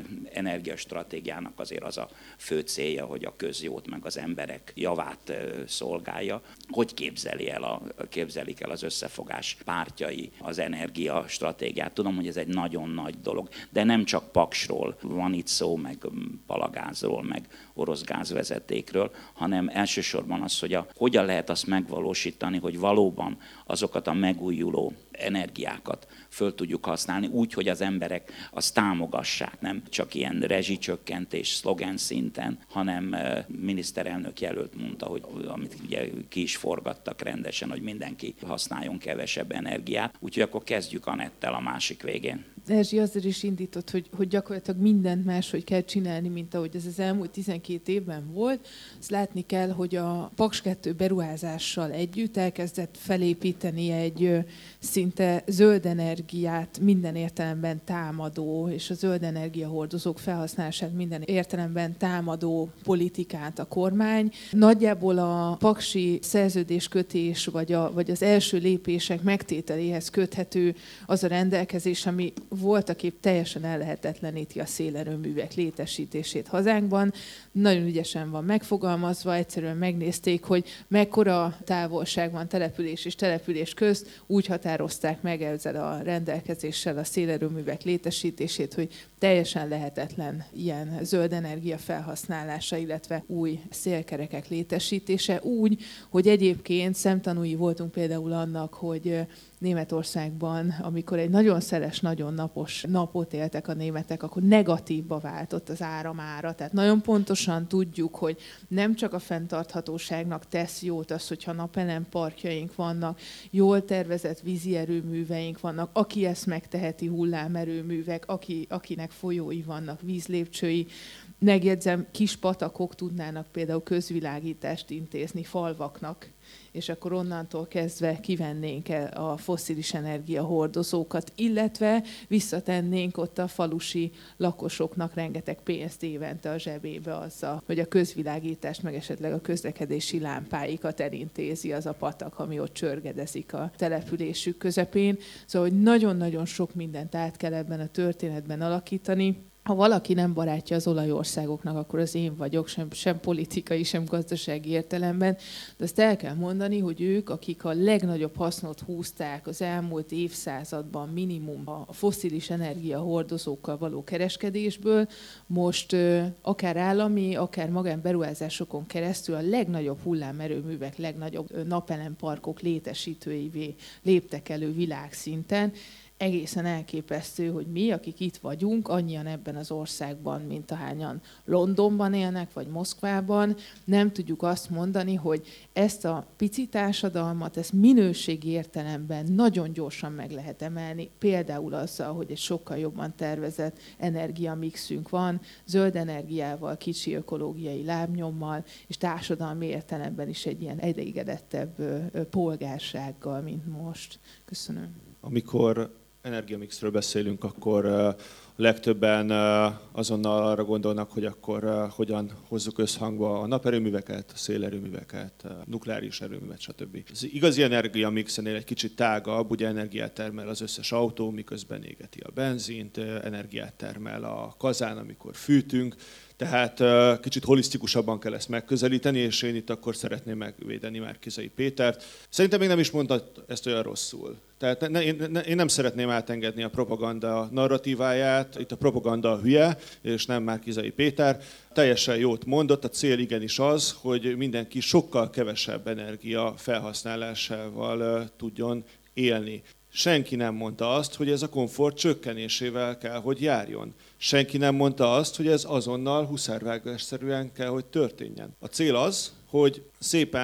energiastratégiának azért az a fő célja, hogy a közjót meg az emberek javát szolgálja. Hogy képzeli el a, képzelik el az összefogás pártjai az energiastratégiát? Tudom, hogy ez egy nagyon nagy dolog, de nem csak paksról van itt szó, meg palagázról, meg orosz gázvezetékről, hanem elsősorban az, hogy a, hogyan lehet azt megvalósítani, hogy valóban azokat a megújuló energiákat föl tudjuk használni úgy, hogy az emberek azt támogassák, nem csak ilyen rezsicsökkentés, szlogen szinten, hanem miniszterelnök jelölt mondta, hogy amit ugye ki is forgattak rendesen, hogy mindenki használjon kevesebb energiát. Úgyhogy akkor kezdjük Anettel a másik végén. Erzsi azért is indított, hogy, hogy gyakorlatilag mindent máshogy kell csinálni, mint ahogy ez az elmúlt tizenkét évben volt. Azt látni kell, hogy a Paks kettő beruházással együtt elkezdett felépíteni egy szinte zöld energiát minden értelemben támadó, és a zöld energiahordozók felhasználását minden értelemben támadó politikát a kormány. Nagyjából a paksi szerződéskötés, vagy, a, vagy az első lépések megtételéhez köthető az a rendelkezés, ami voltak épp teljesen ellehetetleníti a szélerőművek létesítését hazánkban. Nagyon ügyesen van megfogalmazva, egyszerűen megnézték, hogy mekkora távolság van település és település közt, úgy határozták meg ezzel a rendelkezéssel a szélerőművek létesítését, hogy teljesen lehetetlen ilyen zöld energia felhasználása, illetve új szélkerekek létesítése, úgy, hogy egyébként szemtanúi voltunk például annak, hogy Németországban, amikor egy nagyon szeles, nagyon napos napot éltek a németek, akkor negatívba váltott az áramára. Tehát nagyon pontosan tudjuk, hogy nem csak a fenntarthatóságnak tesz jót az, hogyha napelemparkjaink vannak, jól tervezett vízi erőműveink vannak, aki ezt megteheti, hullámerőművek, aki, akinek folyói vannak, vízlépcsői. Megjegyzem, kis patakok tudnának például közvilágítást intézni falvaknak, és akkor onnantól kezdve kivennénk a fosszilis energiahordozókat, illetve visszatennénk ott a falusi lakosoknak rengeteg pénzt évente a zsebébe azzal, hogy a közvilágítást, meg esetleg a közlekedési lámpáikat elintézi az a patak, ami ott csörgedezik a településük közepén. Szóval, hogy nagyon-nagyon sok mindent át kell ebben a történetben alakítani. Ha valaki nem barátja az olajországoknak, akkor az én vagyok, sem, sem politikai, sem gazdasági értelemben, de azt el kell mondani, hogy ők, akik a legnagyobb hasznot húzták az elmúlt évszázadban minimum a fosszilis energiahordozókkal való kereskedésből, most akár állami, akár magánberuházásokon keresztül a legnagyobb hullámerőművek, legnagyobb napelemparkok létesítőivé léptek elő világszinten. Egészen elképesztő, hogy mi, akik itt vagyunk, annyian ebben az országban, mint ahányan Londonban élnek, vagy Moszkvában, nem tudjuk azt mondani, hogy ezt a pici társadalmat, ezt minőségi értelemben nagyon gyorsan meg lehet emelni, például azzal, hogy egy sokkal jobban tervezett energiamixünk van, zöld energiával, kicsi ökológiai lábnyommal, és társadalmi értelemben is egy ilyen elégedettebb polgársággal, mint most. Köszönöm. Amikor energiamixről beszélünk, akkor legtöbben azonnal arra gondolnak, hogy akkor hogyan hozzuk összhangba a naperőműveket, a szélerőműveket, a nukleáris erőművet, stb. Az igazi energiamixenél egy kicsit tágabb, ugye energiát termel az összes autó, miközben égeti a benzint, energiát termel a kazán, amikor fűtünk, tehát kicsit holisztikusabban kell ezt megközelíteni, és én itt akkor szeretném megvédeni Márki-Zay Pétert. Szerintem még nem is mondta ezt olyan rosszul. Tehát ne, én, ne, én nem szeretném átengedni a propaganda narratíváját, itt a propaganda hülye, és nem Márki-Zay Péter. Teljesen jót mondott, a cél igenis az, hogy mindenki sokkal kevesebb energia felhasználásával tudjon élni. Senki nem mondta azt, hogy ez a komfort csökkenésével kell, hogy járjon. Senki nem mondta azt, hogy ez azonnal huszárvágásszerűen kell, hogy történjen. A cél az, hogy szépen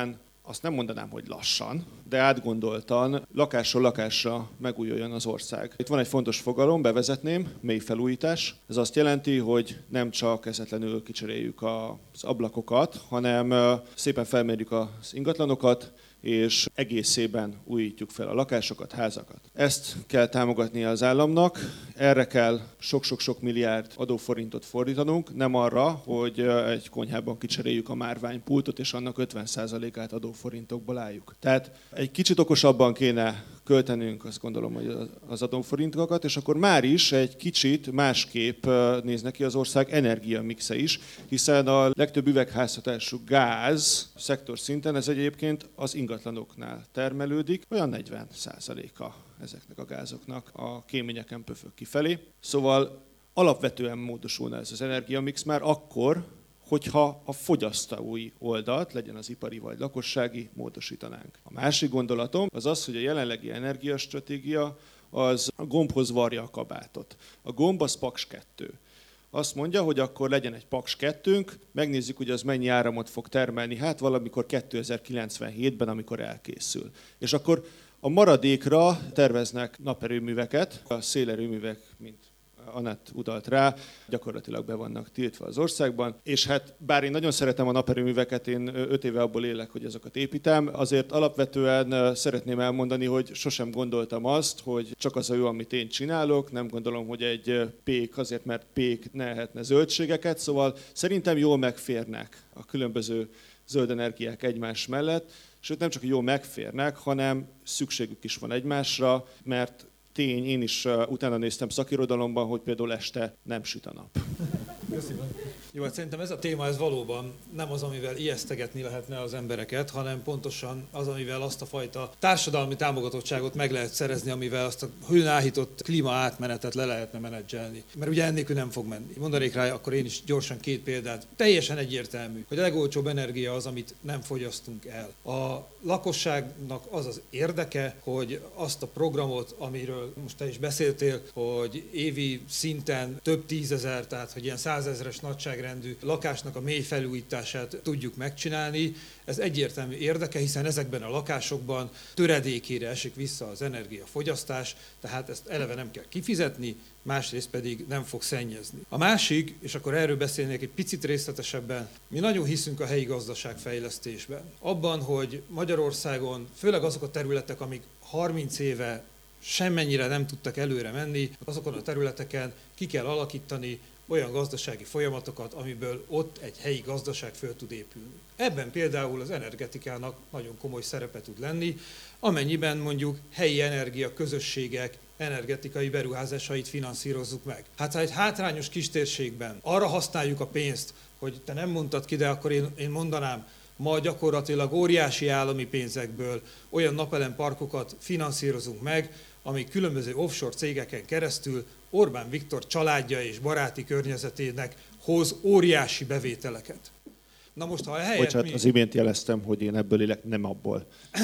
azt nem mondanám, hogy lassan, de átgondoltan lakásról lakásra megújuljon az ország. Itt van egy fontos fogalom, bevezetném, mély felújítás. Ez azt jelenti, hogy nem csak ezetlenül kicseréljük az ablakokat, hanem szépen felmérjük az ingatlanokat, és egészében újítjuk fel a lakásokat, házakat. Ezt kell támogatnia az államnak, erre kell sok-sok-sok milliárd adóforintot fordítanunk, nem arra, hogy egy konyhában kicseréljük a márványpultot, és annak ötven százalékát adóforintokból álljuk. Tehát egy kicsit okosabban kéne költenünk, azt gondolom, hogy az adóforintokat, és akkor már is egy kicsit másképp néz neki az ország energiamixe is, hiszen a legtöbb üvegházhatású gáz szektor szinten ez egyébként az ingatlanoknál termelődik, olyan negyven százaléka ezeknek a gázoknak a kéményeken pöfög kifelé. Szóval alapvetően módosulna ez az energiamix már akkor, hogyha a fogyasztói oldalt, legyen az ipari vagy lakossági, módosítanánk. A másik gondolatom az az, hogy a jelenlegi energiastratégia az a gombhoz varja a kabátot. A gomb az Paks kettő. Azt mondja, hogy akkor legyen egy Paks kettőnk, megnézzük, hogy az mennyi áramot fog termelni, hát valamikor kétezer-kilencvenhétben, amikor elkészül. És akkor a maradékra terveznek naperőműveket, a szélerőművek, mint Anett utalt rá, gyakorlatilag be vannak tiltva az országban, és hát bár én nagyon szeretem a naperőműveket, én öt éve abból élek, hogy azokat építem, azért alapvetően szeretném elmondani, hogy sosem gondoltam azt, hogy csak az a jó, amit én csinálok, nem gondolom, hogy egy pék azért, mert pék ne ehetne zöldségeket, szóval szerintem jól megférnek a különböző zöld energiák egymás mellett, sőt nem csak jól megférnek, hanem szükségük is van egymásra, mert tény, én is uh, utána néztem szakirodalomban, hogy például este nem süt a nap. Köszönöm. Jó, hát szerintem ez a téma ez valóban nem az, amivel ijesztegetni lehetne az embereket, hanem pontosan az, amivel azt a fajta társadalmi támogatottságot meg lehet szerezni, amivel azt a hőn áhított klíma átmenetet le lehetne menedzselni. Mert ugye ennélkül nem fog menni. Mondanék rá akkor én is gyorsan két példát. Teljesen egyértelmű, hogy a legolcsóbb energia az, amit nem fogyasztunk el. A lakosságnak az az érdeke, hogy azt a programot, amiről most te is beszéltél, hogy évi szinten több tízezer, tehát hogy ilyen százezres nagyságrendű lakásnak a mély felújítását tudjuk megcsinálni. Ez egyértelmű érdeke, hiszen ezekben a lakásokban töredékére esik vissza az energiafogyasztás, tehát ezt eleve nem kell kifizetni, másrészt pedig nem fog szennyezni. A másik, és akkor erről beszélnék egy picit részletesebben, mi nagyon hiszünk a helyi gazdaságfejlesztésben. Abban, hogy Magyarországon, főleg azok a területek, amik harminc éve semmennyire nem tudtak előre menni, azokon a területeken ki kell alakítani olyan gazdasági folyamatokat, amiből ott egy helyi gazdaság föl tud épülni. Ebben például az energetikának nagyon komoly szerepe tud lenni, amennyiben mondjuk helyi energiaközösségek energetikai beruházásait finanszírozzuk meg. Hát ha egy hátrányos kistérségben arra használjuk a pénzt, hogy te nem mondtad ki, de akkor én, én mondanám, ma gyakorlatilag óriási állami pénzekből olyan napelemparkokat finanszírozunk meg, amik különböző offshore cégeken keresztül Orbán Viktor családja és baráti környezetének hoz óriási bevételeket. Na most, ha ehelyett Bocsánat, mi... az imént jeleztem, hogy én ebből élek, nem abból.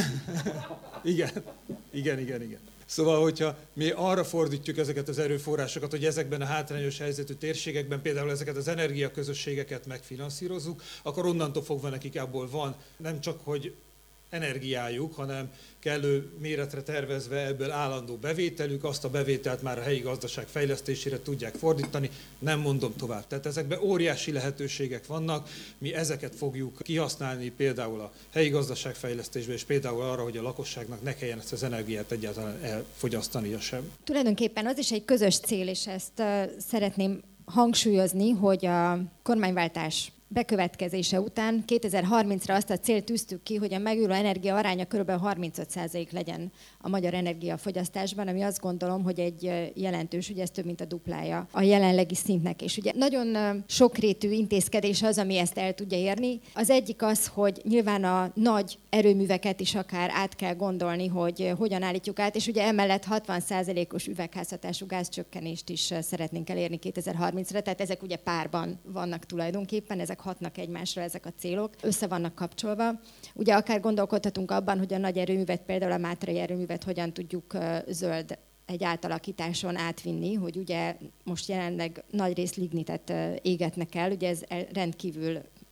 igen, igen, igen, igen. Szóval, hogyha mi arra fordítjuk ezeket az erőforrásokat, hogy ezekben a hátrányos helyzetű térségekben például ezeket az energiaközösségeket megfinanszírozzuk, akkor onnantól fogva nekik abból van nem csak, hogy energiájuk, hanem kellő méretre tervezve ebből állandó bevételük, azt a bevételt már a helyi gazdaság fejlesztésére tudják fordítani, nem mondom tovább. Tehát ezekben óriási lehetőségek vannak, mi ezeket fogjuk kihasználni például a helyi gazdaság fejlesztésben, és például arra, hogy a lakosságnak ne kelljen ezt az energiát egyáltalán elfogyasztania sem. Tulajdonképpen az is egy közös cél, és ezt uh, szeretném hangsúlyozni, hogy a kormányváltás bekövetkezése után kétezer-harmincra azt a célt tűztük ki, hogy a megújuló energia aránya kb. harmincöt százalék legyen a magyar energiafogyasztásban, ami azt gondolom, hogy egy jelentős, ugye ez több mint a duplája a jelenlegi szintnek. És ugye nagyon sokrétű intézkedés az, ami ezt el tudja érni. Az egyik az, hogy nyilván a nagy erőműveket is akár át kell gondolni, hogy hogyan állítjuk át, és ugye emellett hatvan százalékos üvegházhatású gázcsökkenést is szeretnénk elérni kétezer-harmincra, tehát ezek ugye párban vannak tulajdonképpen, ezek hatnak egymásra ezek a célok, össze vannak kapcsolva. Ugye akár gondolkodhatunk abban, hogy a nagy erőművet, például a mátrai erőművet hogyan tudjuk zöld egy átalakításon átvinni, hogy ugye most jelenleg nagy rész lignitet égetnek el, ugye ez rendkívül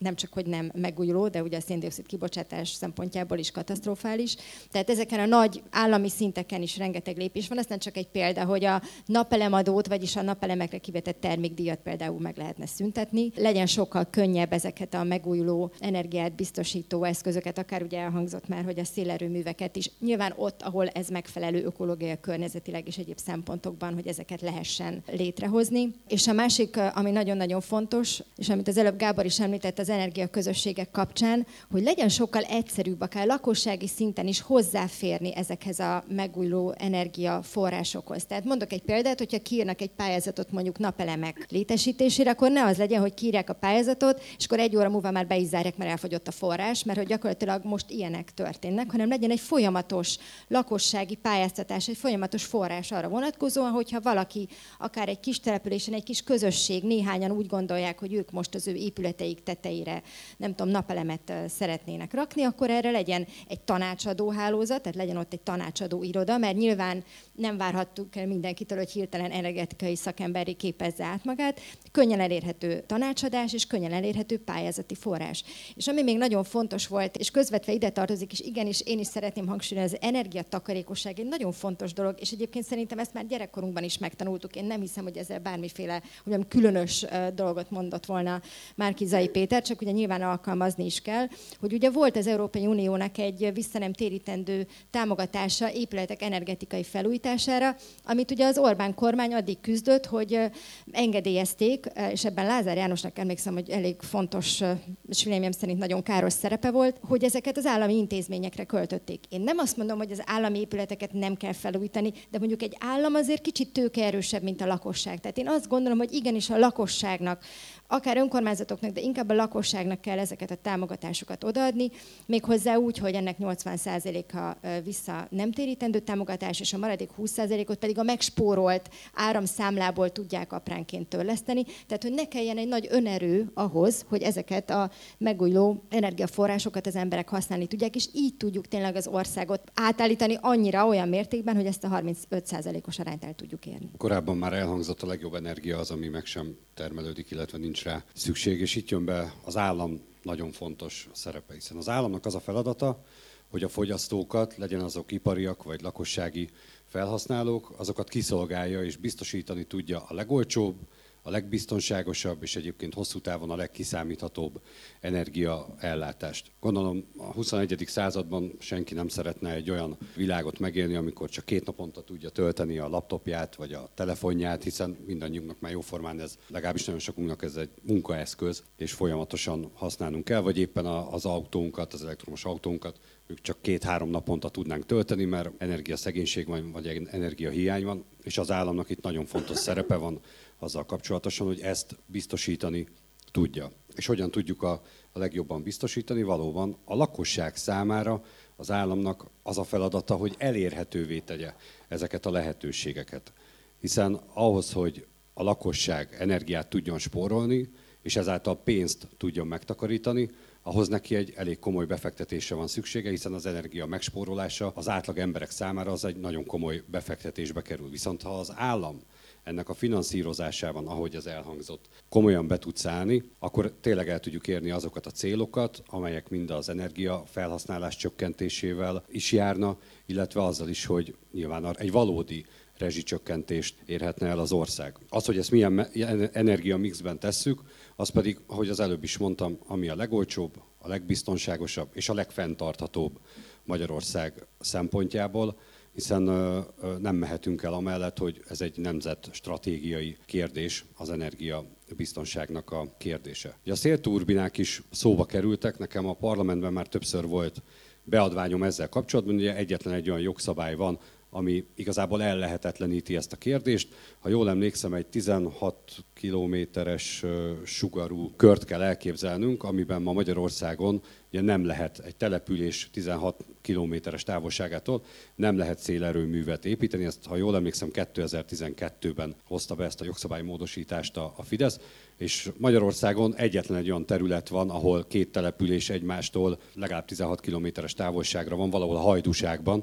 nem csak, hogy nem megújuló, de ugye a szén-dioxid kibocsátás szempontjából is katasztrofális. Tehát ezeken a nagy állami szinteken is rengeteg lépés van. Aztán csak egy példa, hogy a napelemadót, vagyis a napelemekre kivetett termékdíjat például meg lehetne szüntetni. Legyen sokkal könnyebb ezeket a megújuló energiát biztosító eszközöket, akár ugye elhangzott már, hogy a szélerőműveket is. Nyilván ott, ahol ez megfelelő ökológiai, környezetileg és egyéb szempontokban, hogy ezeket lehessen létrehozni. És a másik, ami nagyon-nagyon fontos, és amit az előbb Gábor is említett az energiaközösségek kapcsán, hogy legyen sokkal egyszerűbb, akár lakossági szinten is hozzáférni ezekhez a megújuló energiaforrásokhoz. Tehát mondok egy példát, hogyha kiírnak egy pályázatot mondjuk napelemek létesítésére, akkor ne az legyen, hogy kiírják a pályázatot, és akkor egy óra múlva már be is zárják, mert elfogyott a forrás, mert hogy gyakorlatilag most ilyenek történnek, hanem legyen egy folyamatos lakossági pályáztatás, egy folyamatos forrás arra vonatkozóan, hogyha valaki akár egy kis településen, egy kis közösség, néhányan úgy gondolják, hogy ők most az ő épületeik tetejére, nem tudom, napelemet szeretnének rakni, akkor erre legyen egy tanácsadó hálózat, tehát legyen ott egy tanácsadó iroda, mert nyilván nem várhattuk el mindenkitől, hogy hirtelen energetikai szakemberi képezze át magát, könnyen elérhető tanácsadás és könnyen elérhető pályázati forrás. És ami még nagyon fontos volt, és közvetve ide tartozik, és igenis én is szeretném hangsúlyozni, az energiatakarékosság egy nagyon fontos dolog, és egyébként szerintem ezt már gyerekkorunkban is megtanultuk. Én nem hiszem, hogy ezzel bármiféle olyan különös dolgot mondott volna Márki-Zay Péter, csak ugye nyilván alkalmazni is kell, hogy ugye volt az Európai Uniónak egy vissza nem térítendő támogatása épületek energetikai felújítására, amit ugye az Orbán kormány addig küzdött, hogy engedélyezték, és ebben Lázár Jánosnak emlékszem, hogy elég fontos, és véleményem szerint nagyon káros szerepe volt, hogy ezeket az állami intézményekre költötték. Én nem azt mondom, hogy az állami épületeket nem kell felújítani, de mondjuk egy állam azért kicsit tőkeerősebb, mint a lakosság. Tehát én azt gondolom, hogy igenis a lakosságnak, akár önkormányzatoknak, de inkább a lakosságnak kell ezeket a támogatásokat odaadni, méghozzá úgy, hogy ennek nyolcvan százaléka vissza nem térítendő támogatás, és a maradék húsz százalékot pedig a megspórolt áramszámlából tudják apránként törleszteni. Tehát, hogy ne kelljen egy nagy önerő ahhoz, hogy ezeket a megújuló energiaforrásokat az emberek használni tudják, és így tudjuk tényleg az országot átállítani annyira olyan mértékben, hogy ezt a harmincöt százalékos arányt el tudjuk érni. Korábban már elhangzott, a legjobb energia az, ami meg sem termelődik, illetve nincs rá szükség, és itt jön be az állam nagyon fontos szerepe, hiszen az államnak az a feladata, hogy a fogyasztókat, legyen azok ipariak vagy lakossági felhasználók, azokat kiszolgálja és biztosítani tudja a legolcsóbb, a legbiztonságosabb és egyébként hosszú távon a legkiszámíthatóbb energiaellátást. Gondolom a huszonegyedik században senki nem szeretne egy olyan világot megélni, amikor csak két naponta tudja tölteni a laptopját vagy a telefonját, hiszen mindannyiunknak már jóformán ez, legalábbis nagyon sokunknak ez egy munkaeszköz, és folyamatosan használnunk kell, vagy éppen az autónkat, az elektromos autónkat ők csak két-három naponta tudnánk tölteni, mert energiaszegénység van, vagy energiahiány van, és az államnak itt nagyon fontos szerepe van azzal kapcsolatosan, hogy ezt biztosítani tudja. És hogyan tudjuk a, a legjobban biztosítani? Valóban a lakosság számára az államnak az a feladata, hogy elérhetővé tegye ezeket a lehetőségeket. Hiszen ahhoz, hogy a lakosság energiát tudjon spórolni, és ezáltal pénzt tudjon megtakarítani, ahhoz neki egy elég komoly befektetésre van szüksége, hiszen az energia megspórolása az átlag emberek számára az egy nagyon komoly befektetésbe kerül. Viszont ha az állam ennek a finanszírozásában, ahogy az elhangzott, komolyan be tudsz állni, akkor tényleg el tudjuk érni azokat a célokat, amelyek mind az energia felhasználás csökkentésével is járna, illetve azzal is, hogy nyilván egy valódi rezsicsökkentést érhetne el az ország. Az, hogy ezt milyen energiamixben tesszük, az pedig, ahogy az előbb is mondtam, ami a legolcsóbb, a legbiztonságosabb és a legfenntarthatóbb Magyarország szempontjából, hiszen nem mehetünk el amellett, hogy ez egy nemzetstratégiai kérdés, az energiabiztonságnak a kérdése. Ugye a szélturbinák is szóba kerültek, nekem a parlamentben már többször volt beadványom ezzel kapcsolatban, ugye egyetlen egy olyan jogszabály van, ami igazából ellehetetleníti ezt a kérdést. Ha jól emlékszem, egy tizenhat kilométeres sugarú kört kell elképzelnünk, amiben ma Magyarországon ugye nem lehet egy település tizenhat kilométeres távolságától nem lehet szélerőművet építeni. Ezt, ha jól emlékszem, kétezer-tizenkettőben hozta be ezt a jogszabálymódosítást a, a Fidesz, és Magyarországon egyetlen egy olyan terület van, ahol két település egymástól legalább tizenhat kilométeres távolságra van, valahol a Hajdúságban,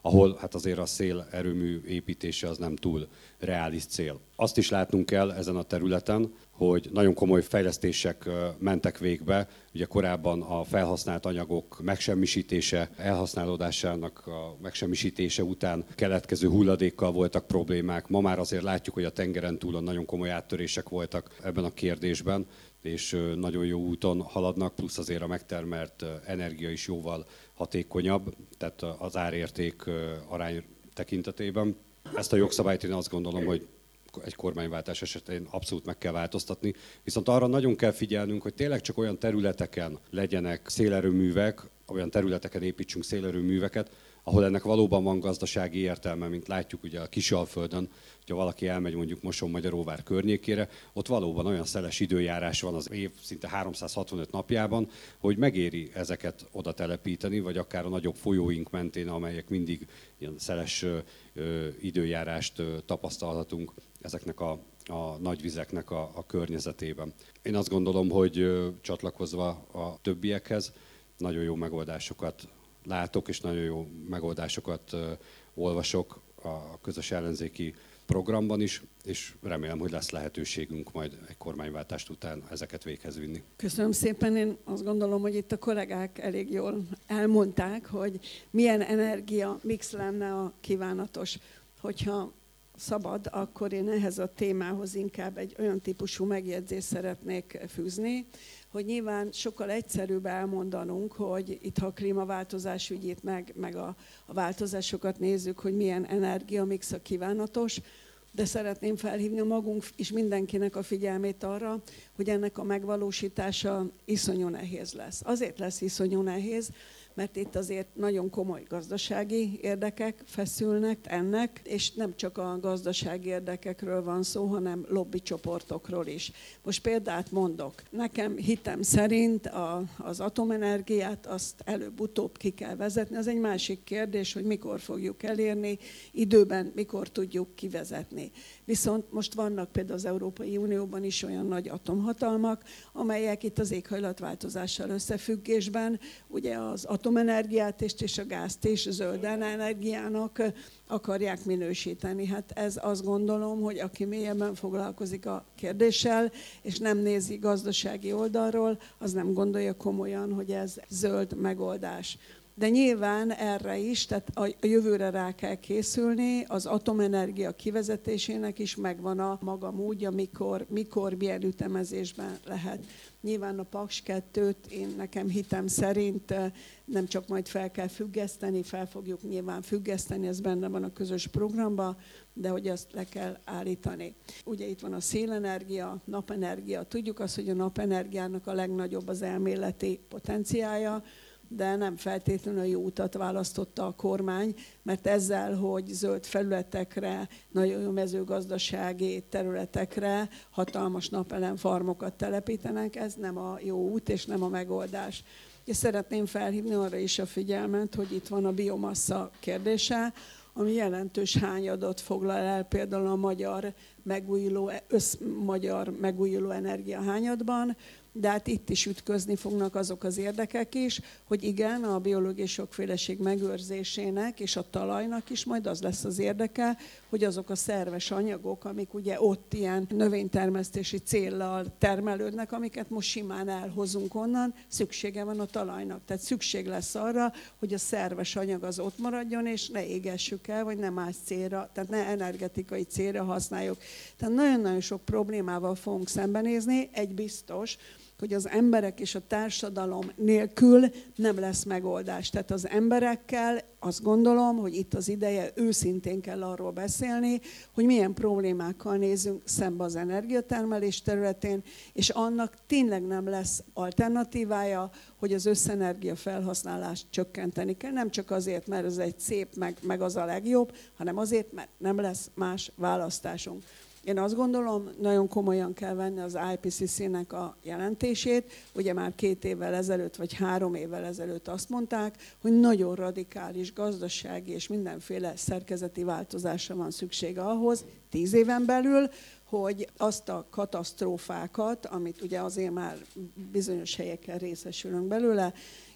ahol hát azért a szélerőmű építése az nem túl reális cél. Azt is látnunk kell ezen a területen, hogy nagyon komoly fejlesztések mentek végbe. Ugye korábban a felhasznált anyagok megsemmisítése, elhasználódásának a megsemmisítése után keletkező hulladékkal voltak problémák. Ma már azért látjuk, hogy a tengeren túlon nagyon komoly áttörések voltak ebben a kérdésben, és nagyon jó úton haladnak, plusz azért a megtermelt energia is jóval hatékonyabb, tehát az árérték arány tekintetében. Ezt a jogszabályt én azt gondolom, hogy egy kormányváltás esetén abszolút meg kell változtatni. Viszont arra nagyon kell figyelnünk, hogy tényleg csak olyan területeken legyenek szélerőművek, olyan területeken építsünk szélerőműveket, ahol ennek valóban van gazdasági értelme, mint látjuk ugye a Kisalföldön, hogyha valaki elmegy mondjuk Moson-Magyaróvár környékére, ott valóban olyan szeles időjárás van az év szinte háromszázhatvanöt napjában, hogy megéri ezeket oda telepíteni, vagy akár a nagyobb folyóink mentén, amelyek mindig ilyen szeles ö, ö, időjárást ö, tapasztalhatunk ezeknek a, a nagyvizeknek a, a környezetében. Én azt gondolom, hogy ö, csatlakozva a többiekhez nagyon jó megoldásokat látok, és nagyon jó megoldásokat uh, olvasok a közös ellenzéki programban is, és remélem, hogy lesz lehetőségünk majd egy kormányváltást után ezeket véghez vinni. Köszönöm szépen. Én azt gondolom, hogy itt a kollégák elég jól elmondták, hogy milyen energia mix lenne a kívánatos. Hogyha szabad, akkor én ehhez a témához inkább egy olyan típusú megjegyzést szeretnék fűzni, hogy nyilván sokkal egyszerűbb elmondanunk, hogy itt ha a klímaváltozás ügyét meg, meg a, a változásokat nézzük, hogy milyen energiamix a kívánatos, de szeretném felhívni magunk és mindenkinek a figyelmét arra, hogy ennek a megvalósítása iszonyú nehéz lesz. Azért lesz iszonyú nehéz, mert itt azért nagyon komoly gazdasági érdekek feszülnek ennek, és nem csak a gazdasági érdekekről van szó, hanem lobbycsoportokról is. Most példát mondok. Nekem hitem szerint a, az atomenergiát azt előbb-utóbb ki kell vezetni. Az egy másik kérdés, hogy mikor fogjuk elérni, időben mikor tudjuk kivezetni. Viszont most vannak például az Európai Unióban is olyan nagy atomhatalmak, amelyek itt az éghajlatváltozással összefüggésben ugye az atomenergiát és a gázt és zöld energiának akarják minősíteni. Hát ez azt gondolom, hogy aki mélyebben foglalkozik a kérdéssel, és nem nézi gazdasági oldalról, az nem gondolja komolyan, hogy ez zöld megoldás. De nyilván erre is, tehát a jövőre rá kell készülni, az atomenergia kivezetésének is megvan a maga módja, mikor, mikor milyen ütemezésben lehet. Nyilván a Paks kettőt én nekem hitem szerint nem csak majd fel kell függeszteni, fel fogjuk nyilván függeszteni, ez benne van a közös programban, de hogy azt le kell állítani. Ugye itt van a szélenergia, napenergia. Tudjuk azt, hogy a napenergiának a legnagyobb az elméleti potenciálja, de nem feltétlenül a jó utat választotta a kormány, mert ezzel, hogy zöld felületekre, nagyon jó mezőgazdasági területekre hatalmas napelemfarmokat telepítenek, ez nem a jó út és nem a megoldás. És szeretném felhívni arra is a figyelmet, hogy itt van a biomassa kérdése, ami jelentős hányadot foglal el például a magyar megújuló, össz-magyar megújuló energiahányadban, de hát itt is ütközni fognak azok az érdekek is, hogy igen, a biológiai sokféleség megőrzésének és a talajnak is majd az lesz az érdeke, hogy azok a szerves anyagok, amik ugye ott ilyen növénytermesztési céllal termelődnek, amiket most simán elhozunk onnan, szüksége van a talajnak. Tehát szükség lesz arra, hogy a szerves anyag az ott maradjon, és ne égessük el, vagy ne más célra, tehát ne energetikai célra használjuk. Tehát nagyon-nagyon sok problémával fogunk szembenézni, egy biztos, hogy az emberek és a társadalom nélkül nem lesz megoldás. Tehát az emberekkel azt gondolom, hogy itt az ideje, őszintén kell arról beszélni, hogy milyen problémákkal nézünk szembe az energiatermelés területén, és annak tényleg nem lesz alternatívája, hogy az összenergia felhasználást csökkenteni kell. Nem csak azért, mert ez egy szép, meg, meg az a legjobb, hanem azért, mert nem lesz más választásunk. Én azt gondolom, nagyon komolyan kell venni az I P C C-nek a jelentését. Ugye már két évvel ezelőtt, vagy három évvel ezelőtt azt mondták, hogy nagyon radikális gazdasági és mindenféle szerkezeti változásra van szüksége ahhoz, tíz éven belül, hogy azt a katasztrófákat, amit ugye azért már bizonyos helyeken részesülünk belőle,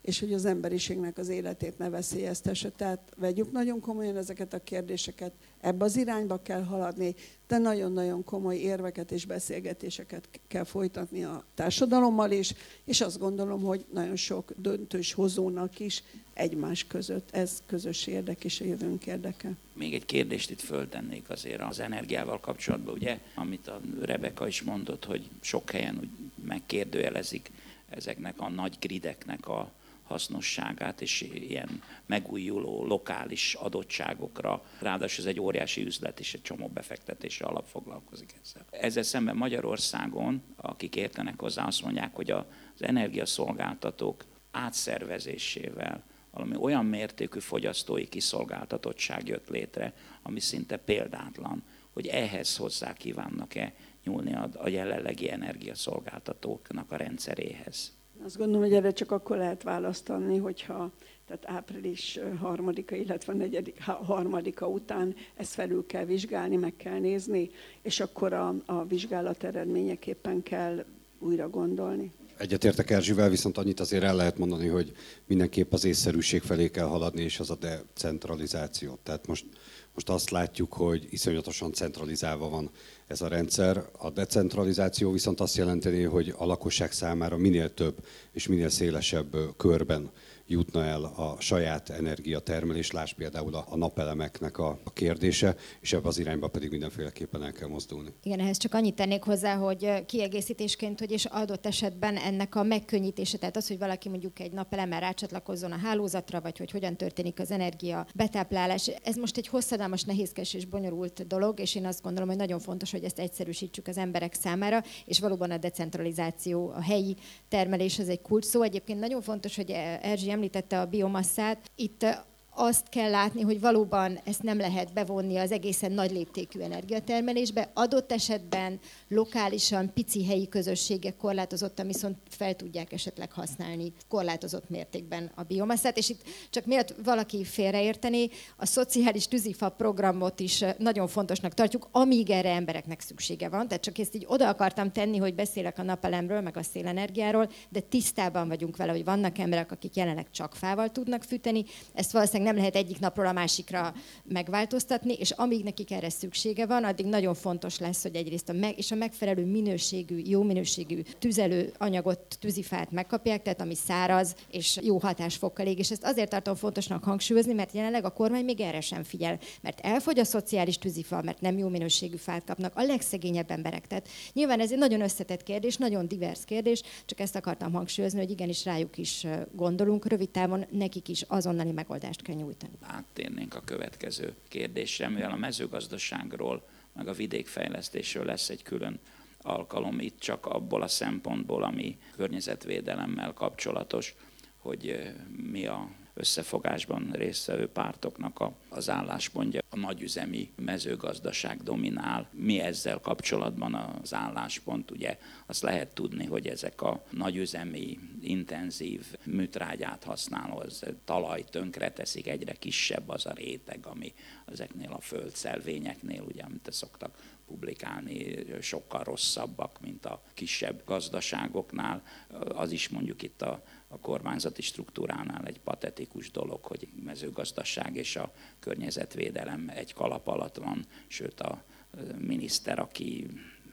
és hogy az emberiségnek az életét ne veszélyeztesse. Tehát vegyük nagyon komolyan ezeket a kérdéseket, ebbe az irányba kell haladni, de nagyon-nagyon komoly érveket és beszélgetéseket kell folytatni a társadalommal is, és azt gondolom, hogy nagyon sok döntős hozónak is egymás között. Ez közös érdek és a jövőnk érdeke. Még egy kérdést itt föltennék azért az energiával kapcsolatban, ugye, amit a Rebeka is mondott, hogy sok helyen úgy megkérdőjelezik ezeknek a nagy grideknek a hasznosságát, és ilyen megújuló lokális adottságokra, ráadásul ez egy óriási üzlet, és egy csomó befektetésre alap foglalkozik ezzel. Ezzel szemben Magyarországon, akik értenek hozzá, azt mondják, hogy az energiaszolgáltatók átszervezésével valami olyan mértékű fogyasztói kiszolgáltatottság jött létre, ami szinte példátlan, hogy ehhez hozzá kívánnak-e nyúlni a jelenlegi energiaszolgáltatóknak a rendszeréhez. Azt gondolom, hogy erre csak akkor lehet választani, hogyha tehát április harmadika, illetve negyedik harmadika után ezt felül kell vizsgálni, meg kell nézni, és akkor a, a vizsgálat eredményeképpen kell újra gondolni. Egyetértek Erzsivel, viszont annyit azért el lehet mondani, hogy mindenképp az észszerűség felé kell haladni, és az a decentralizáció. Tehát most, most azt látjuk, hogy iszonyatosan centralizálva van ez a rendszer. A decentralizáció viszont azt jelenteni, hogy a lakosság számára minél több és minél szélesebb körben jutna el a saját energiatermelés, lásd például a napelemeknek a kérdése, és ebbe az irányba pedig mindenféleképpen el kell mozdulni. Igen, ehhez csak annyit tennék hozzá, hogy kiegészítésként, hogy és adott esetben ennek a megkönnyítése, tehát az, hogy valaki mondjuk egy napelemmel rácsatlakozzon a hálózatra, vagy hogy hogyan történik az energia betáplálás, ez most egy hosszadalmas, nehézkes és bonyolult dolog, és én azt gondolom, hogy nagyon fontos, hogy ezt egyszerűsítsük az emberek számára, és valóban a decentralizáció, a helyi termelés az egy kulcs szó. Egyébként nagyon fontos, hogy Erzsi említette a biomasszát. Itt azt kell látni, hogy valóban ezt nem lehet bevonni az egészen nagy léptékű energiatermelésbe. Adott esetben lokálisan pici helyi közösségek korlátozottan viszont fel tudják esetleg használni korlátozott mértékben a biomasszát. És itt csak miért valaki félreérteni, a szociális tűzifa programot is nagyon fontosnak tartjuk, amíg erre embereknek szüksége van. Tehát csak ezt így oda akartam tenni, hogy beszélek a napelemről, meg a szélenergiáról, de tisztában vagyunk vele, hogy vannak emberek, akik jelenleg csak fával tudnak fűteni. Ezt valószínűleg nem lehet egyik napról a másikra megváltoztatni, és amíg nekik erre szüksége van, addig nagyon fontos lesz, hogy egyrészt a meg, és a megfelelő minőségű, jó minőségű tüzelőanyagot, tűzifát megkapják, tehát ami száraz és jó hatásfokkal ég. És ezt azért tartom fontosnak hangsúlyozni, mert jelenleg a kormány még erre sem figyel, mert elfogy a szociális tűzifa, mert nem jó minőségű fát kapnak a legszegényebb emberek. Tehát nyilván ez egy nagyon összetett kérdés, nagyon divers kérdés, csak ezt akartam hangsúlyozni, hogy igenis rájuk is gondolunk, rövid távon nekik is azonnali megoldást kell nyújtani. Áttérnénk a következő kérdésre, mivel a mezőgazdaságról, meg a vidékfejlesztésről lesz egy külön alkalom itt csak abból a szempontból, ami környezetvédelemmel kapcsolatos, hogy mi a összefogásban résztvevő pártoknak a, az álláspontja. A nagyüzemi mezőgazdaság dominál. Mi ezzel kapcsolatban az álláspont? Ugye azt lehet tudni, hogy ezek a nagyüzemi, intenzív műtrágyát használó az talaj tönkre teszik, egyre kisebb az a réteg, ami ezeknél a földszelvényeknél, ugye, amit szoktak publikálni, sokkal rosszabbak, mint a kisebb gazdaságoknál. Az is mondjuk itt a a kormányzati struktúránál egy patetikus dolog, hogy mezőgazdaság és a környezetvédelem egy kalap alatt van, sőt a miniszter, aki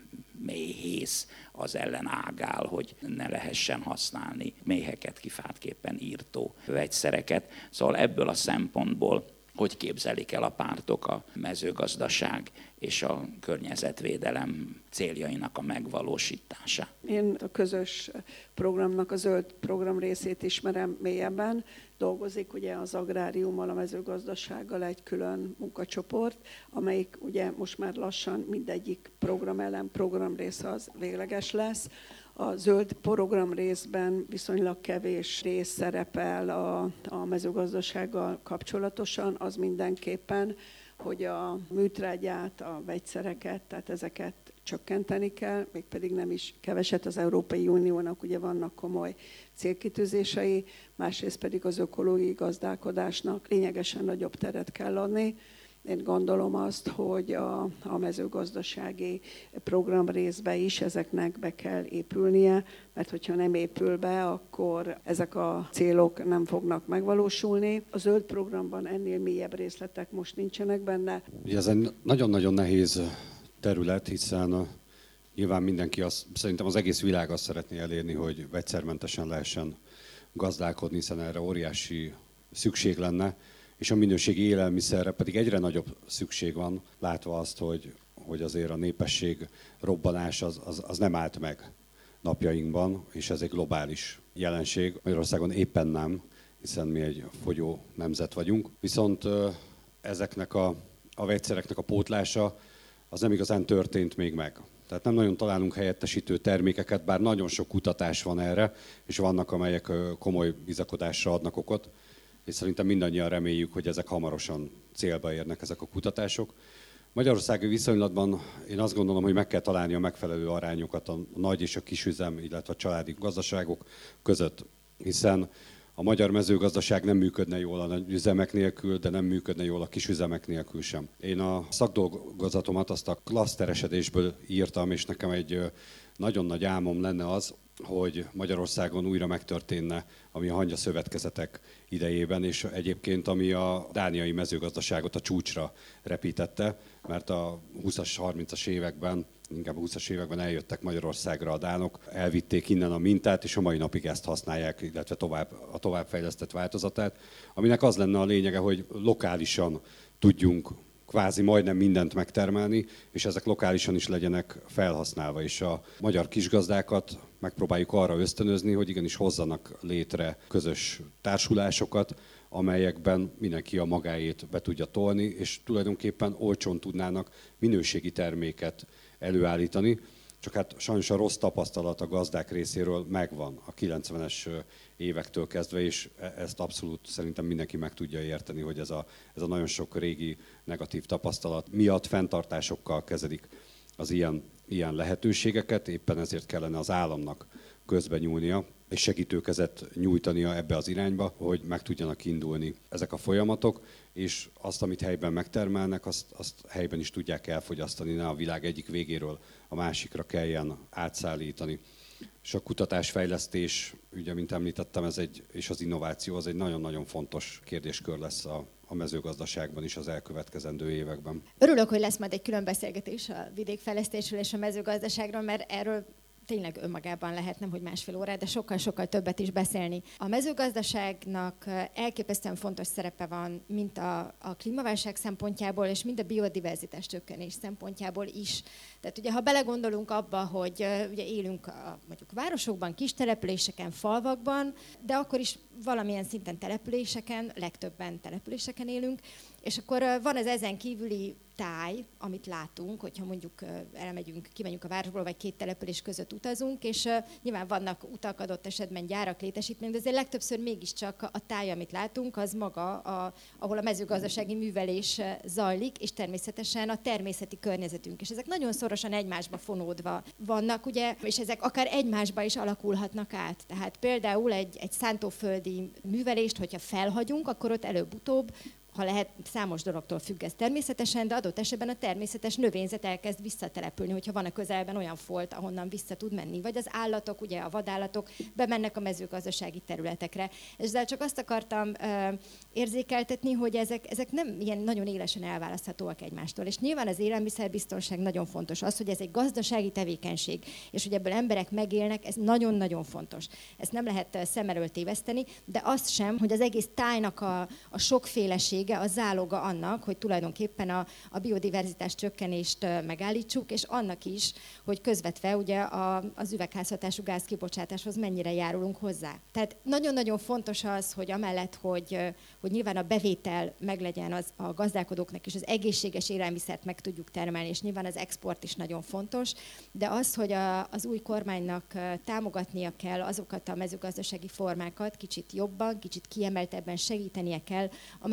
méhész, az ellen ágál, hogy ne lehessen használni méheket kifáltképpen írtó vegyszereket. Szóval ebből a szempontból hogy képzelik el a pártok a mezőgazdaság és a környezetvédelem céljainak a megvalósítását? Én a közös programnak a zöld program részét ismerem mélyebben. Dolgozik ugye az agráriummal, a mezőgazdasággal egy külön munkacsoport, amelyik ugye most már lassan mindegyik programelem, programrész az végleges lesz. A zöld program részben viszonylag kevés rész szerepel a, a mezőgazdasággal kapcsolatosan, az mindenképpen, hogy a műtrágyát, a vegyszereket, tehát ezeket csökkenteni kell, mégpedig nem is keveset. Az Európai Uniónak ugye vannak komoly célkitűzései, másrészt pedig az ökológiai gazdálkodásnak lényegesen nagyobb teret kell adni. Én gondolom azt, hogy a, a mezőgazdasági program részbe is ezeknek be kell épülnie, mert hogyha nem épül be, akkor ezek a célok nem fognak megvalósulni. A zöld programban ennél mélyebb részletek most nincsenek benne. Ugye ez egy nagyon-nagyon nehéz terület, hiszen nyilván mindenki, azt, szerintem az egész világ azt szeretné elérni, hogy vegyszermentesen lehessen gazdálkodni, hiszen erre óriási szükség lenne, és a minőségi élelmiszerre pedig egyre nagyobb szükség van, látva azt, hogy, hogy azért a népesség robbanás az, az, az nem állt meg napjainkban, és ez egy globális jelenség. Magyarországon éppen nem, hiszen mi egy fogyó nemzet vagyunk. Viszont ezeknek a, a vegyszereknek a pótlása az nem igazán történt még meg. Tehát nem nagyon találunk helyettesítő termékeket, bár nagyon sok kutatás van erre, és vannak, amelyek komoly bizakodásra adnak okot, és szerintem mindannyian reméljük, hogy ezek hamarosan célba érnek ezek a kutatások. Magyarországi viszonylatban én azt gondolom, hogy meg kell találni a megfelelő arányokat a nagy és a kisüzem, illetve a családi gazdaságok között, hiszen a magyar mezőgazdaság nem működne jól a nagy üzemek nélkül, de nem működne jól a kisüzemek nélkül sem. Én a szakdolgozatomat azt a klaszteresedésből írtam, és nekem egy nagyon nagy álmom lenne az, hogy Magyarországon újra megtörténne, ami a hangyaszövetkezetek idejében, és egyébként ami a dániai mezőgazdaságot a csúcsra repítette, mert a húszas, harmincas években, inkább a húszas években eljöttek Magyarországra a dánok, elvitték innen a mintát, és a mai napig ezt használják, illetve tovább, a továbbfejlesztett változatát, aminek az lenne a lényege, hogy lokálisan tudjunk kvázi majdnem mindent megtermelni, és ezek lokálisan is legyenek felhasználva. És a magyar kisgazdákat megpróbáljuk arra ösztönözni, hogy igenis hozzanak létre közös társulásokat, amelyekben mindenki a magáét be tudja tolni, és tulajdonképpen olcsón tudnának minőségi terméket előállítani. Csak hát sajnos a rossz tapasztalat a gazdák részéről megvan a kilencvenes évektől kezdve, és ezt abszolút szerintem mindenki meg tudja érteni, hogy ez a, ez a nagyon sok régi negatív tapasztalat miatt fenntartásokkal kezelik az ilyen, ilyen lehetőségeket, éppen ezért kellene az államnak közbenyúlnia, és segítőkezet nyújtania ebbe az irányba, hogy meg tudjanak indulni ezek a folyamatok, és azt, amit helyben megtermelnek, azt, azt helyben is tudják elfogyasztani, ne a világ egyik végéről a másikra kelljen átszállítani. És a kutatásfejlesztés, ugye, mint említettem, ez egy, és az innováció az egy nagyon-nagyon fontos kérdéskör lesz a, a mezőgazdaságban is az elkövetkezendő években. Örülök, hogy lesz majd egy külön beszélgetés a vidékfejlesztésről és a mezőgazdaságról, mert erről tényleg önmagában lehet, nem hogy másfél órát, de sokkal-sokkal többet is beszélni. A mezőgazdaságnak elképesztően fontos szerepe van, mint a, a klímaválság szempontjából, és mind a biodiverzitás csökkenés szempontjából is. Tehát ugye, ha belegondolunk abba, hogy ugye élünk a, mondjuk városokban, kis településeken, falvakban, de akkor is valamilyen szinten településeken, legtöbben településeken élünk, és akkor van az ezen kívüli táj, amit látunk, hogyha mondjuk elmegyünk, kimegyünk a városból, vagy két település között utazunk, és nyilván vannak utak, adott esetben gyárak, létesítmények, de azért legtöbbször mégiscsak a táj, amit látunk, az maga, a, ahol a mezőgazdasági művelés zajlik, és természetesen a természeti környezetünk. És ezek nagyon szorosan egymásba fonódva vannak, ugye, és ezek akár egymásba is alakulhatnak át. Tehát például egy, egy szántóföldi művelést, hogyha felhagyunk, akkor ott előbb-utóbb, ha lehet, számos dologtól függ ez természetesen, de adott esetben a természetes növényzet elkezd visszatelepülni, hogyha van a közelben olyan folt, ahonnan vissza tud menni. Vagy az állatok, ugye a vadállatok bemennek a mezőgazdasági területekre. Ezzel csak azt akartam uh, érzékeltetni, hogy ezek, ezek nem ilyen nagyon élesen elválaszthatóak egymástól. És nyilván az élelmiszerbiztonság nagyon fontos. Az, hogy ez egy gazdasági tevékenység, és hogy ebből emberek megélnek, ez nagyon-nagyon fontos. Ezt nem lehet szem elől téveszteni, de azt sem, hogy az egész tájnak a, a sokféleség a záloga annak, hogy tulajdonképpen a, a biodiverzitás csökkenést megállítsuk, és annak is, hogy közvetve ugye a, az üvegházhatású gázkibocsátáshoz mennyire járulunk hozzá. Tehát nagyon-nagyon fontos az, hogy amellett, hogy, hogy nyilván a bevétel meglegyen az, a gazdálkodóknak, és az egészséges élelmiszert meg tudjuk termelni, és nyilván az export is nagyon fontos, de az, hogy a, az új kormánynak támogatnia kell azokat a mezőgazdasági formákat, kicsit jobban, kicsit kiemeltebben segítenie kell, amelyek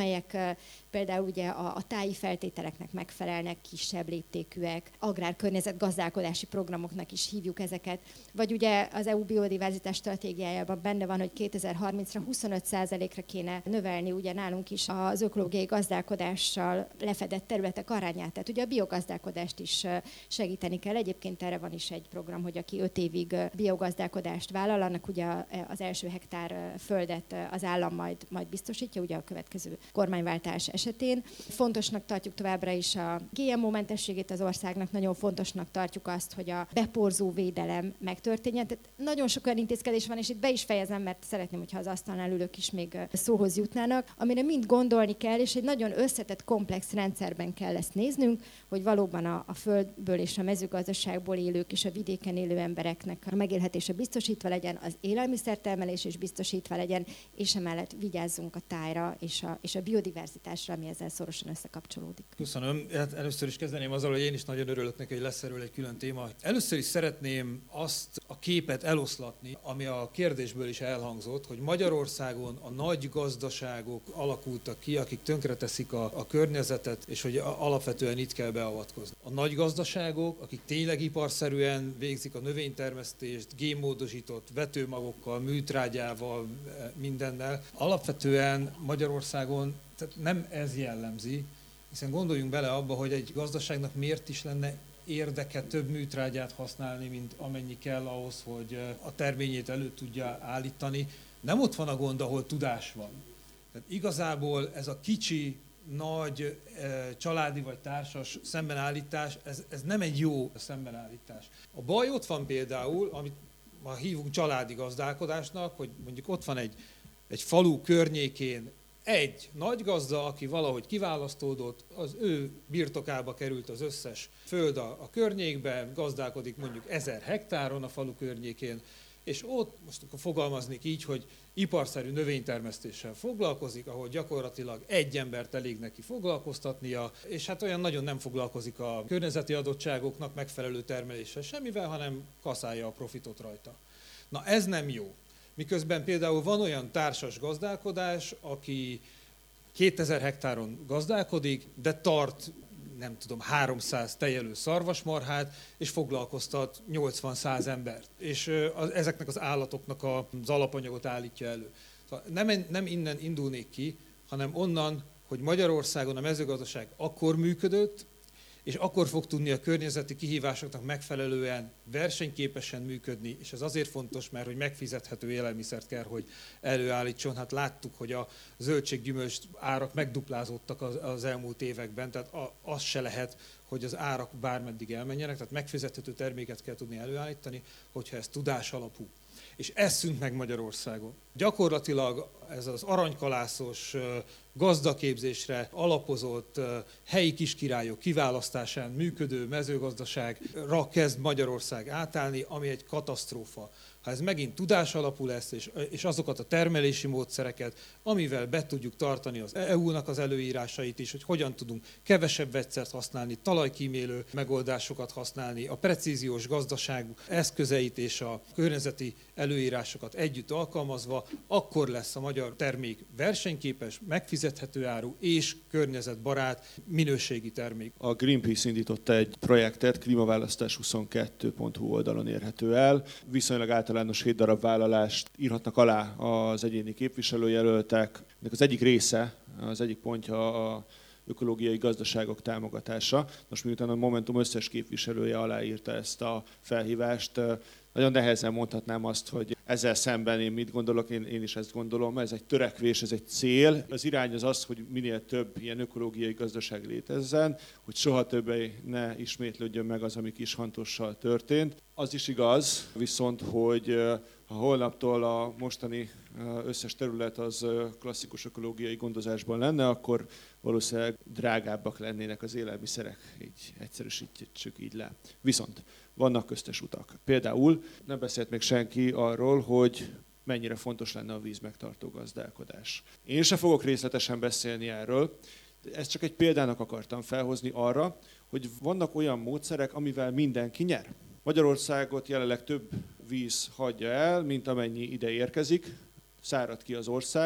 például ugye a, a táji feltételeknek megfelelnek, kisebb léptékűek, agrárkörnyezetgazdálkodási programoknak is hívjuk ezeket, vagy ugye az é u biodiverzitás stratégiájában benne van, hogy kétezer-harmincra huszonöt százalékra kéne növelni ugye nálunk is az ökológiai gazdálkodással lefedett területek arányát. Tehát ugye a biogazdálkodást is segíteni kell. Egyébként erre van is egy program, hogy aki öt évig biogazdálkodást vállal, annak ugye az első hektár földet az állam majd, majd biztosítja, ugye a következő kormányváltás esetén. Fontosnak tartjuk továbbra is a gé em ó-mentességét az országnak, nagyon fontosnak tartjuk azt, hogy a beporzó védelem megtörténjen. Tehát nagyon sok olyan intézkedés van, és itt be is fejezem, mert szeretném, hogyha az asztalnál ülők is még szóhoz jutnának, amire mind gondolni kell, és egy nagyon összetett, komplex rendszerben kell ezt néznünk, hogy valóban a, a földből és a mezőgazdaságból élők és a vidéken élő embereknek a megélhetése biztosítva legyen, az élelmiszertermelés is biztosítva legyen, és emellett vigyázzunk a tájra és a, és a biodiverzitásra, ami ezzel szorosan összekapcsolódik. Köszönöm. Hát először is kezdeném azzal, hogy én is nagyon örülök neki, hogy lesz erről egy külön téma. Először is szeretném azt a képet eloszlatni, ami a kérdésből is elhangzott, hogy Magyarországon a nagy gazdaságok alakultak ki, akik tönkreteszik a, a környezetet, és hogy alapvetően itt kell beavatkozni. A nagy gazdaságok, akik tényleg iparszerűen végzik a növénytermesztést, génmódosított vetőmagokkal, műtrágyával, mindennel, alapvetően Magyarországon tehát nem ez jellemzi, hiszen gondoljunk bele abba, hogy egy gazdaságnak miért is lenne érdeke több műtrágyát használni, mint amennyi kell ahhoz, hogy a terményét elő tudja állítani. Nem ott van a gond, ahol tudás van. Tehát igazából ez a kicsi, nagy családi vagy társas szembenállítás, ez, ez nem egy jó szembenállítás. A baj ott van például, amit ma hívunk családi gazdálkodásnak, hogy mondjuk ott van egy, egy falu környékén egy nagy gazda, aki valahogy kiválasztódott, az ő birtokába került az összes föld a, a környékben, gazdálkodik mondjuk ezer hektáron a falu környékén, és ott, most akkor fogalmaznék így, hogy iparszerű növénytermesztéssel foglalkozik, ahol gyakorlatilag egy embert elég neki foglalkoztatnia, és hát olyan nagyon nem foglalkozik a környezeti adottságoknak megfelelő termeléssel semmivel, hanem kaszálja a profitot rajta. Na ez nem jó. Miközben például van olyan társas gazdálkodás, aki kétezer hektáron gazdálkodik, de tart, nem tudom, háromszáz tejelő szarvasmarhát, és foglalkoztat nyolcvan-száz embert. És ezeknek az állatoknak az alapanyagot állítja elő. Szóval nem, nem innen indulnék ki, hanem onnan, hogy Magyarországon a mezőgazdaság akkor működött, és akkor fog tudni a környezeti kihívásoknak megfelelően versenyképesen működni, és ez azért fontos, mert hogy megfizethető élelmiszert kell, hogy előállítson. Hát láttuk, hogy a zöldséggyümölcs árak megduplázódtak az, az elmúlt években, tehát az se lehet, hogy az árak bármeddig elmenjenek, tehát megfizethető terméket kell tudni előállítani, hogyha ez tudás alapú. És ez szűnt meg Magyarországon. Gyakorlatilag ez az aranykalászos, gazdaképzésre alapozott, helyi kiskirályok kiválasztásán működő mezőgazdaságra kezd Magyarország átállni, ami egy katasztrófa. Ha ez megint tudás alapú lesz, és, és azokat a termelési módszereket, amivel be tudjuk tartani az é u-nak az előírásait is, hogy hogyan tudunk kevesebb vegyszert használni, talajkímélő megoldásokat használni, a precíziós gazdaság eszközeit és a környezeti előírásokat együtt alkalmazva, akkor lesz a magyar termék versenyképes, megfizethető áru és környezetbarát minőségi termék. A Greenpeace indította egy projektet, klímaválasztás huszonkettő pont hu oldalon érhető el. Viszonylag általános hét darab vállalást írhatnak alá az egyéni képviselőjelöltek. Ennek az egyik része, az egyik pontja a ökológiai gazdaságok támogatása. Most miután a Momentum összes képviselője aláírta ezt a felhívást, nagyon nehezen mondhatnám azt, hogy ezzel szemben én mit gondolok, én, én is ezt gondolom. Ez egy törekvés, ez egy cél. Az irány az az, hogy minél több ilyen ökológiai gazdaság létezzen, hogy soha többé ne ismétlődjön meg az, ami Kishantossal történt. Az is igaz, viszont, hogy ha holnaptól a mostani összes terület az klasszikus ökológiai gondozásban lenne, akkor valószínűleg drágábbak lennének az élelmiszerek, így egyszerűsítsük így le. Viszont vannak köztes utak. Például nem beszélt még senki arról, hogy mennyire fontos lenne a vízmegtartó gazdálkodás. Én sem fogok részletesen beszélni erről, ezt csak egy példának akartam felhozni arra, hogy vannak olyan módszerek, amivel mindenki nyer. Magyarországot jelenleg több víz hagyja el, mint amennyi ide érkezik, szárad ki az ország,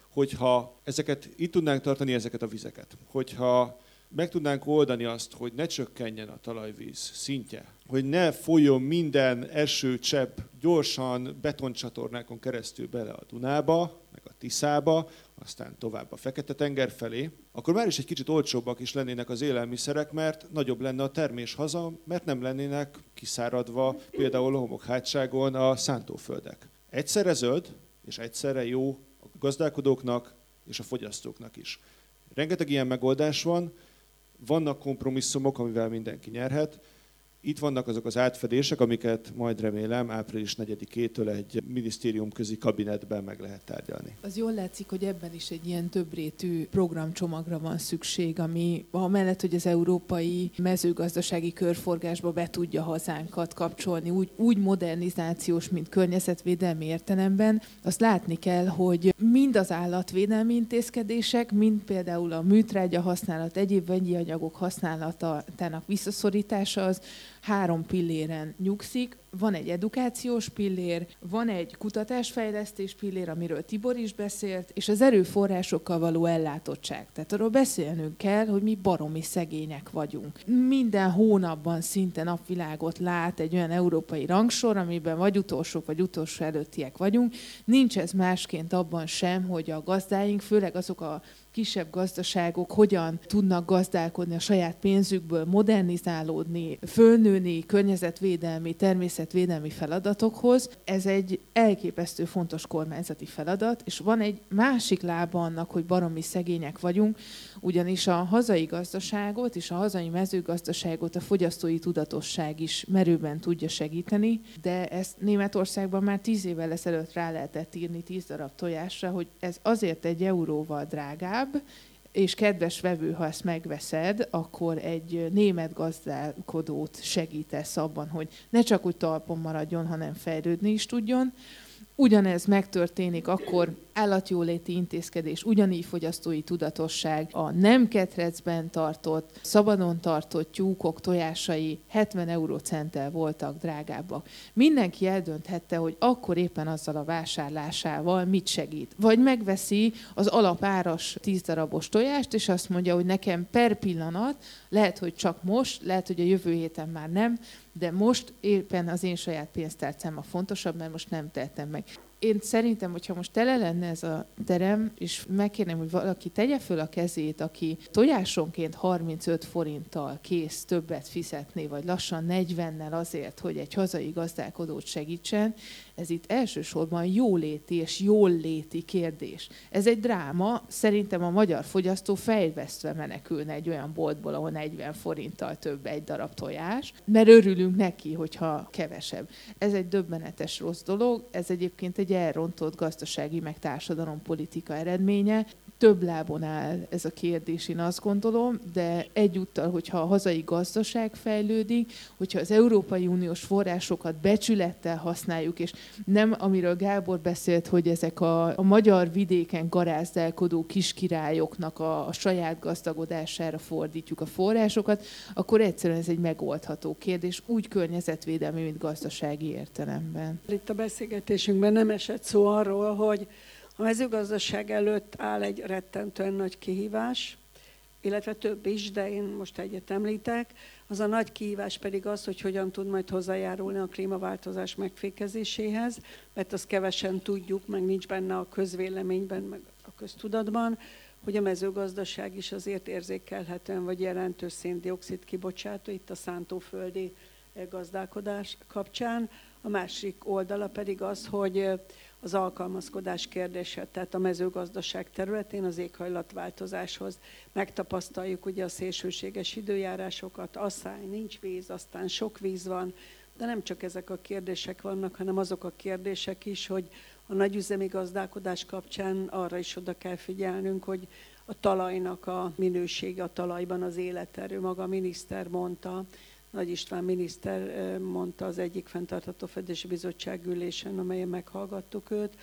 hogyha ezeket, itt tudnánk tartani ezeket a vizeket, hogyha meg tudnánk oldani azt, hogy ne csökkenjen a talajvíz szintje, hogy ne folyjon minden esőcsepp gyorsan betoncsatornákon keresztül bele a Dunába, meg a Tiszába, aztán tovább a Fekete-tenger felé, akkor már is egy kicsit olcsóbbak is lennének az élelmiszerek, mert nagyobb lenne a termés haza, mert nem lennének kiszáradva például a homokhátságon a szántóföldek. Egyszerre zöld, és egyszerre jó a gazdálkodóknak és a fogyasztóknak is. Rengeteg ilyen megoldás van, vannak kompromisszumok, amivel mindenki nyerhet. Itt vannak azok az átfedések, amiket majd remélem április negyedikétől egy minisztériumközi kabinetben meg lehet tárgyalni. Az jól látszik, hogy ebben is egy ilyen többrétű programcsomagra van szükség, ami amellett, hogy az európai mezőgazdasági körforgásba be tudja hazánkat kapcsolni, úgy, úgy modernizációs, mint környezetvédelmi értelemben, azt látni kell, hogy mind az állatvédelmi intézkedések, mind például a műtrágya használat, egyéb vegyi anyagok használatának visszaszorítása az három pilléren nyugszik. Van egy edukációs pillér, van egy kutatásfejlesztés pillér, amiről Tibor is beszélt, és az erőforrásokkal való ellátottság. Tehát arról beszélnünk kell, hogy mi baromi szegények vagyunk. Minden hónapban szinte napvilágot lát egy olyan európai rangsor, amiben vagy utolsók, vagy utolsó előttiek vagyunk. Nincs ez másként abban sem, hogy a gazdáink, főleg azok a kisebb gazdaságok hogyan tudnak gazdálkodni a saját pénzükből, modernizálódni, fölnőni környezetvédelmi, természetvédelmi feladatokhoz. Ez egy elképesztő fontos kormányzati feladat, és van egy másik lába annak, hogy baromi szegények vagyunk, ugyanis a hazai gazdaságot és a hazai mezőgazdaságot a fogyasztói tudatosság is merőben tudja segíteni, de ezt Németországban már tíz évvel ezelőtt rá lehetett írni tíz darab tojásra, hogy ez azért egy euróval drágább, és kedves vevő, ha ezt megveszed, akkor egy német gazdálkodót segítesz abban, hogy ne csak úgy talpon maradjon, hanem fejlődni is tudjon. Ugyanez megtörténik akkor állatjóléti intézkedés, ugyanígy fogyasztói tudatosság, a nem ketrecben tartott, szabadon tartott tyúkok tojásai hetven eurócenttel voltak drágábbak. Mindenki eldönthette, hogy akkor éppen azzal a vásárlásával mit segít. Vagy megveszi az alapáras tíz darabos tojást, és azt mondja, hogy nekem per pillanat, lehet, hogy csak most, lehet, hogy a jövő héten már nem, de most éppen az én saját pénztárcám a fontosabb, mert most nem tettem meg. Én szerintem, hogyha most tele lenne ez a terem, és megkérném, hogy valaki tegye föl a kezét, aki tojásonként harmincöt forinttal kész többet fizetni, vagy lassan negyvennel azért, hogy egy hazai gazdálkodót segítsen, ez itt elsősorban jóléti és jól léti kérdés. Ez egy dráma, szerintem a magyar fogyasztó fejvesztve menekülne egy olyan boltból, ahol negyven forinttal több egy darab tojás, mert örülünk neki, hogyha kevesebb. Ez egy döbbenetes rossz dolog, ez egyébként egy elrontott gazdasági meg társadalompolitika eredménye. Több lábon áll ez a kérdés, én azt gondolom, de egyúttal, hogyha a hazai gazdaság fejlődik, hogyha az Európai Uniós forrásokat becsülettel használjuk, és nem, amiről Gábor beszélt, hogy ezek a, a magyar vidéken garázdálkodó kiskirályoknak a, a saját gazdagodására fordítjuk a forrásokat, akkor egyszerűen ez egy megoldható kérdés, úgy környezetvédelmi, mint gazdasági értelemben. Itt a beszélgetésünkben nem esett szó arról, hogy a mezőgazdaság előtt áll egy rettentően nagy kihívás, illetve több is, de én most egyet említek. Az a nagy kihívás pedig az, hogy hogyan tud majd hozzájárulni a klímaváltozás megfékezéséhez, mert azt kevesen tudjuk, meg nincs benne a közvéleményben, meg a köztudatban, hogy a mezőgazdaság is azért érzékelhetően vagy jelentős szén-dioxid kibocsátó itt a szántóföldi gazdálkodás kapcsán. A másik oldala pedig az, hogy az alkalmazkodás kérdése, tehát a mezőgazdaság területén az éghajlatváltozáshoz megtapasztaljuk ugye a szélsőséges időjárásokat, asszály, nincs víz, aztán sok víz van, de nem csak ezek a kérdések vannak, hanem azok a kérdések is, hogy a nagyüzemi gazdálkodás kapcsán arra is oda kell figyelnünk, hogy a talajnak a minősége, a talajban az életerő, maga a miniszter mondta, Nagy István miniszter mondta az egyik fenntartható fejlesztési bizottság ülésen, amelyen meghallgattuk őt,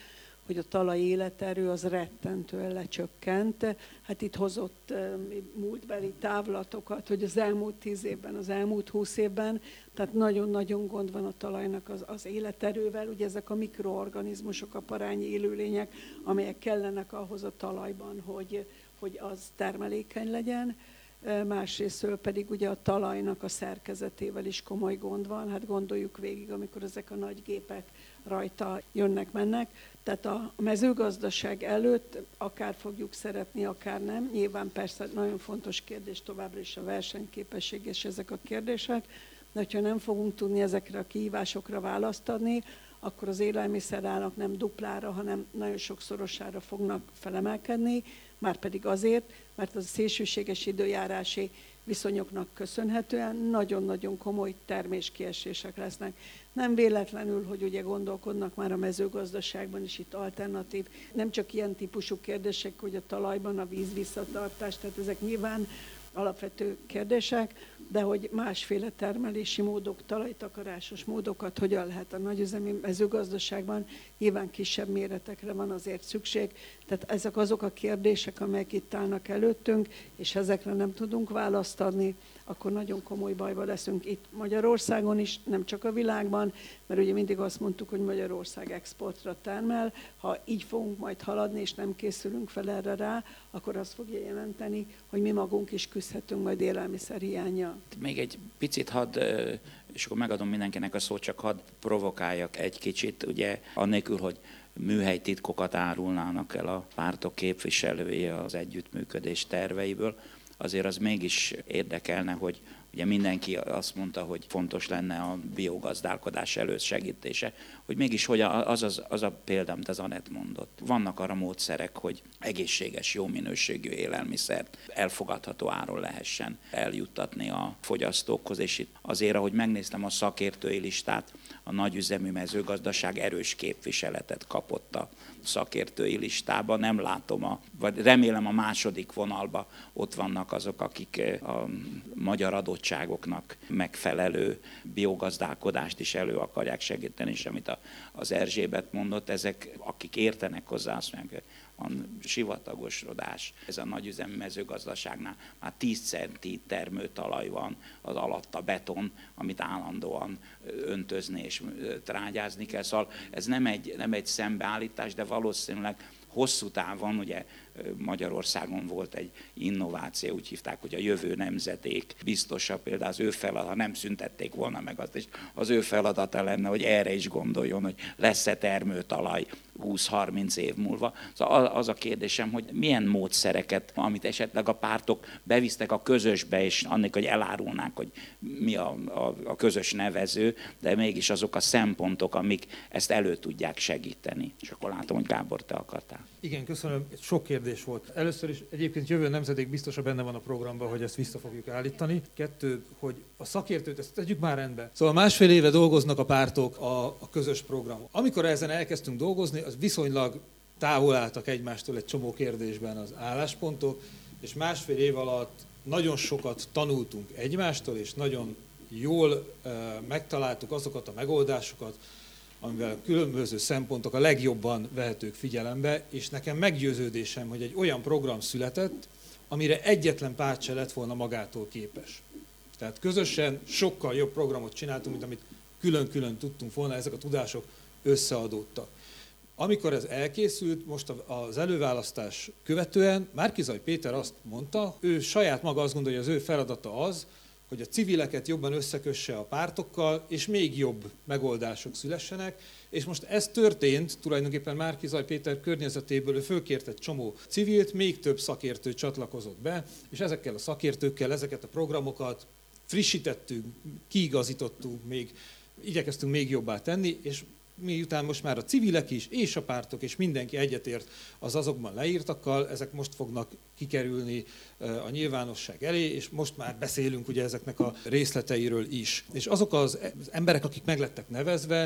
hogy a talaj életerő az rettentően lecsökkent. Hát itt hozott múltbeli távlatokat, hogy az elmúlt tíz évben, az elmúlt húsz évben, tehát nagyon-nagyon gond van a talajnak az, az életerővel. Ugye ezek a mikroorganizmusok, a parányi élőlények, amelyek kellenek ahhoz a talajban, hogy, hogy az termelékeny legyen. Másrésztről pedig ugye a talajnak a szerkezetével is komoly gond van. Hát gondoljuk végig, amikor ezek a nagy gépek rajta jönnek-mennek. Tehát a mezőgazdaság előtt akár fogjuk szeretni, akár nem. Nyilván persze nagyon fontos kérdés továbbra is a versenyképesség és ezek a kérdések, de hogyha nem fogunk tudni ezekre a kihívásokra választ adni, akkor az élelmiszerárak nem duplára, hanem nagyon sokszorosára fognak felemelkedni, márpedig azért, mert az a szélsőséges időjárási viszonyoknak köszönhetően nagyon-nagyon komoly terméskiesések lesznek. Nem véletlenül, hogy ugye gondolkodnak már a mezőgazdaságban is itt alternatív, nem csak ilyen típusú kérdések, hogy a talajban a víz visszatartás, tehát ezek nyilván alapvető kérdések, de hogy másféle termelési módok, talajtakarásos módokat hogyan lehet a nagyüzemi mezőgazdaságban, nyilván kisebb méretekre van azért szükség. Tehát ezek azok a kérdések, amelyek itt állnak előttünk, és ezekre nem tudunk választ adni, akkor nagyon komoly bajba leszünk itt Magyarországon is, nem csak a világban, mert ugye mindig azt mondtuk, hogy Magyarország exportra termel. Ha így fogunk majd haladni, és nem készülünk fel erre rá, akkor azt fogja jelenteni, hogy mi magunk is küzdhetünk majd élelmiszerhiánnyal. Még egy picit hadd, és akkor megadom mindenkinek a szót, csak hadd provokáljak egy kicsit, ugye annélkül, hogy műhelytitkokat árulnának el a pártok képviselői az együttműködés terveiből, azért az mégis érdekelne, hogy ugye mindenki azt mondta, hogy fontos lenne a biogazdálkodás elősegítése, hogy mégis hogy az, az, az a példa, amit az Anett mondott. Vannak arra módszerek, hogy egészséges, jó minőségű élelmiszert elfogadható áron lehessen eljuttatni a fogyasztókhoz, és itt azért, ahogy megnéztem a szakértői listát, a nagyüzemű mezőgazdaság erős képviseletet kapott a szakértői listában, nem látom, a, vagy remélem a második vonalban ott vannak azok, akik a magyar adottságoknak megfelelő biogazdálkodást is elő akarják segíteni, és amit a, az Erzsébet mondott, ezek, akik értenek hozzá, azt mondják, van sivatagosodás. Ez a nagyüzemi mezőgazdaságnál már tíz centi termőtalaj van, az alatt a beton, amit állandóan öntözni és trágyázni kell. Szóval ez nem egy, nem egy szembeállítás, de valószínűleg hosszú távon, ugye Magyarországon volt egy innováció, úgy hívták, hogy a jövő nemzedék biztosabb, például az ő feladata, nem szüntették volna meg azt, és az ő feladata lenne, hogy erre is gondoljon, hogy lesz-e termőtalaj húsz-harminc év múlva. Szóval az a kérdésem, hogy milyen módszereket, amit esetleg a pártok bevisztek a közösbe, és annak, hogy elárulnák, hogy mi a, a, a közös nevező, de mégis azok a szempontok, amik ezt elő tudják segíteni. És akkor látom, hogy Gábor, te akartál. Igen, köszönöm. Sok kérdés volt. Először is egyébként jövő nemzedék biztosan benne van a programban, hogy ezt vissza fogjuk állítani. Kettő, hogy a szakértőt, ezt tegyük már rendbe. Szóval másfél éve dolgoznak a pártok a, a közös programon. Amikor ezen elkezdtünk dolgozni, az viszonylag távol álltak egymástól egy csomó kérdésben az álláspontok, és másfél év alatt nagyon sokat tanultunk egymástól, és nagyon jól uh, megtaláltuk azokat a megoldásokat, amivel a különböző szempontok a legjobban vehetők figyelembe, és nekem meggyőződésem, hogy egy olyan program született, amire egyetlen párt se lett volna magától képes. Tehát közösen sokkal jobb programot csináltunk, mint amit külön-külön tudtunk volna, ezek a tudások összeadódtak. Amikor ez elkészült, most az előválasztás követően Márki-Zay Péter azt mondta, ő saját maga azt gondolja, hogy az ő feladata az, hogy a civileket jobban összekösse a pártokkal, és még jobb megoldások szülessenek. És most ez történt, tulajdonképpen Márki-Zay Péter környezetéből ő fölkért egy csomó civilt, még több szakértő csatlakozott be, és ezekkel a szakértőkkel ezeket a programokat frissítettünk, kiigazítottunk, még, igyekeztünk még jobbá tenni, és miután most már a civilek is, és a pártok, és mindenki egyetért az azokban leírtakkal, ezek most fognak kikerülni a nyilvánosság elé, és most már beszélünk ugye ezeknek a részleteiről is. És azok az emberek, akik meg lettek nevezve,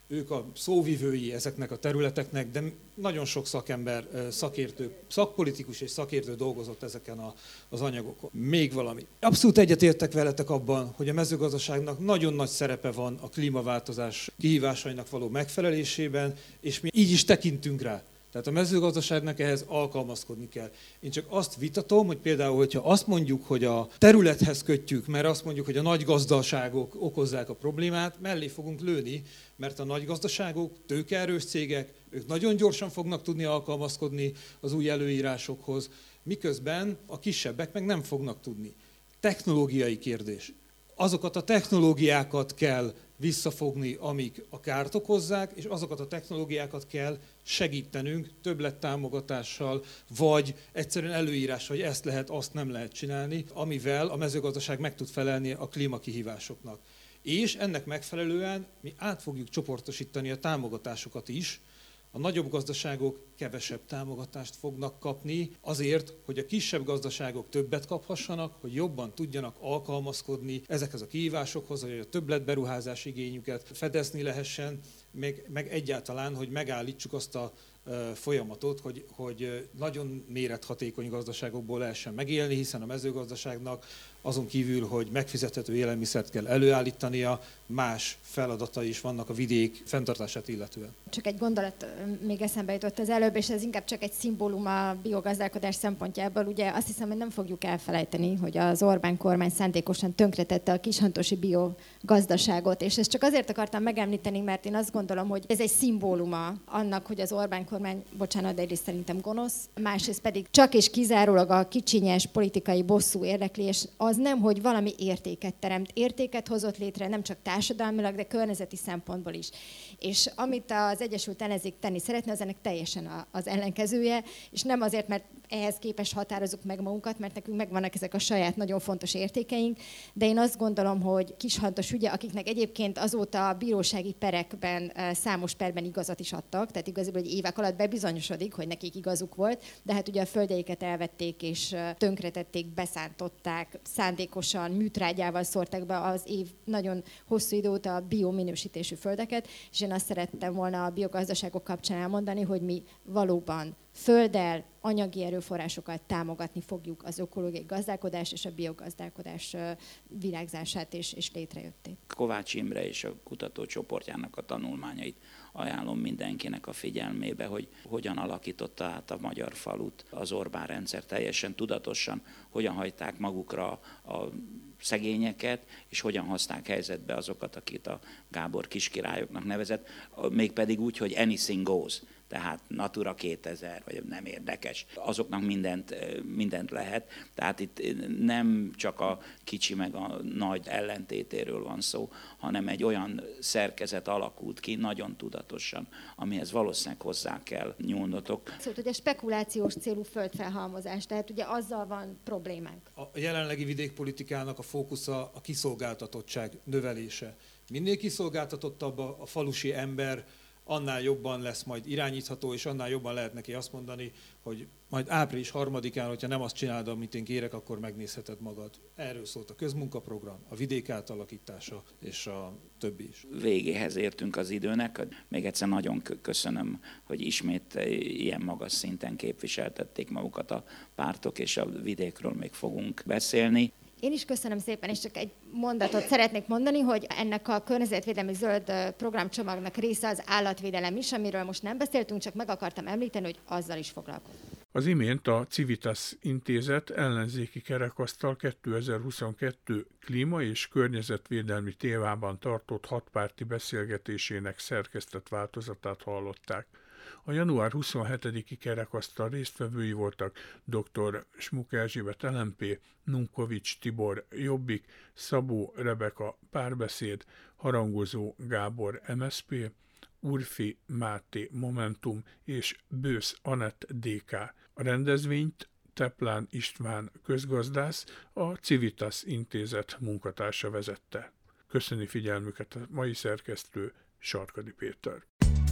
ők a szóvivői ezeknek a területeknek, de nagyon sok szakember, szakértő, szakpolitikus és szakértő dolgozott ezeken a, az anyagokon. Még valami. Abszolút egyetértek veletek abban, hogy a mezőgazdaságnak nagyon nagy szerepe van a klímaváltozás kihívásainak való megfelelésében, és mi így is tekintünk rá. Tehát a mezőgazdaságnak ehhez alkalmazkodni kell. Én csak azt vitatom, hogy például, hogyha azt mondjuk, hogy a területhez kötjük, mert azt mondjuk, hogy a nagy gazdaságok okozzák a problémát, mellé fogunk lőni, mert a nagy gazdaságok, tőkeerős cégek, ők nagyon gyorsan fognak tudni alkalmazkodni az új előírásokhoz, miközben a kisebbek meg nem fognak tudni. Technológiai kérdés. Azokat a technológiákat kell visszafogni, amik a kárt okozzák, és azokat a technológiákat kell segítenünk többlettámogatással, vagy egyszerűen előírással, hogy ezt lehet, azt nem lehet csinálni, amivel a mezőgazdaság meg tud felelni a klímakihívásoknak. És ennek megfelelően mi át fogjuk csoportosítani a támogatásokat is. A nagyobb gazdaságok kevesebb támogatást fognak kapni azért, hogy a kisebb gazdaságok többet kaphassanak, hogy jobban tudjanak alkalmazkodni ezekhez a kihívásokhoz, hogy a többletberuházás igényüket fedezni lehessen, meg, meg egyáltalán, hogy megállítsuk azt a folyamatot, hogy, hogy nagyon mérethatékony gazdaságokból lehessen megélni, hiszen a mezőgazdaságnak azon kívül, hogy megfizethető élelmiszert kell előállítania, más feladatai is vannak a vidék fenntartását illetően. Csak egy gondolat még eszembe jutott az előbb, és ez inkább csak egy szimbólum a biogazdálkodás szempontjából. Ugye azt hiszem, hogy nem fogjuk elfelejteni, hogy az Orbán kormány szándékosan tönkretette a kishantosi biogazdaságot, és ezt csak azért akartam megemlíteni, mert én azt gondolom, hogy ez egy szimbóluma annak, hogy az Orbán kormány, bocsánat, de egyrészt szerintem gonosz, másrészt pedig csak és kizárólag a kicsinyes politikai bosszú érdekli, és az nem, hogy valami értéket teremt. Értéket hozott létre nem csak társadalmilag, de környezeti szempontból is. És amit az Egyesült Ellenzék tenni szeretne, az ennek teljesen az ellenkezője, és nem azért, mert ehhez képest határozzuk meg magunkat, mert nekünk megvannak ezek a saját nagyon fontos értékeink, de én azt gondolom, hogy kishantos ügye, akiknek egyébként azóta a bírósági perekben számos perben igazat is adtak, tehát igazából egy évek alatt bebizonyosodik, hogy nekik igazuk volt, de hát ugye a földjeiket elvették és tönkretették, beszántották, szándékosan műtrágyával szórták be az év nagyon hosszú idő óta a biominősítésű földeket, és én azt szerettem volna a biogazdaságok kapcsán elmondani, hogy mi valóban földdel, anyagi erőforrásokat támogatni fogjuk az ökológiai gazdálkodás és a biogazdálkodás virágzását és, és létrejöttét. Kovács Imre és a kutatócsoportjának a tanulmányait ajánlom mindenkinek a figyelmébe, hogy hogyan alakította át a magyar falut az Orbán rendszer teljesen tudatosan, hogyan hagyták magukra a szegényeket, és hogyan hozták helyzetbe azokat, akit a Gábor kiskirályoknak nevezett, mégpedig úgy, hogy anything goes. Tehát Natura kétezer, vagy nem érdekes, azoknak mindent, mindent lehet. Tehát itt nem csak a kicsi meg a nagy ellentétéről van szó, hanem egy olyan szerkezet alakult ki nagyon tudatosan, amihez valószínűleg hozzá kell nyúlnotok. Szóval ugye spekulációs célú földfelhalmozás, tehát ugye azzal van problémánk. A jelenlegi vidékpolitikának a fókusza a kiszolgáltatottság növelése. Minél kiszolgáltatottabb a falusi ember, annál jobban lesz majd irányítható, és annál jobban lehet neki azt mondani, hogy majd április harmadikán, hogyha nem azt csinálod, amit én kérek, akkor megnézheted magad. Erről szólt a közmunkaprogram, a vidék átalakítása, és a többi is. Végéhez értünk az időnek. Még egyszer nagyon köszönöm, hogy ismét ilyen magas szinten képviseltették magukat a pártok, és a vidékről még fogunk beszélni. Én is köszönöm szépen, és csak egy mondatot szeretnék mondani, hogy ennek a környezetvédelmi zöld programcsomagnak része az állatvédelem is, amiről most nem beszéltünk, csak meg akartam említeni, hogy azzal is foglalkozunk. Az imént a Civitas Intézet ellenzéki kerekasztal kétezer-huszonkettő klíma és környezetvédelmi témában tartott hatpárti beszélgetésének szerkesztett változatát hallották. A január huszonhetediki kerekasztal résztvevői voltak dr. Smuk Erzsébet el em pé, Numkovics Tibor Jobbik, Szabó Rebeka Párbeszéd, Harangozó Gábor em es zé pé, Urfi Máté Momentum és Bősz Anett dé ká. A rendezvényt Teplán István közgazdász, a Civitas Intézet munkatársa vezette. Köszöni figyelmüket a mai szerkesztő, Sarkadi Péter.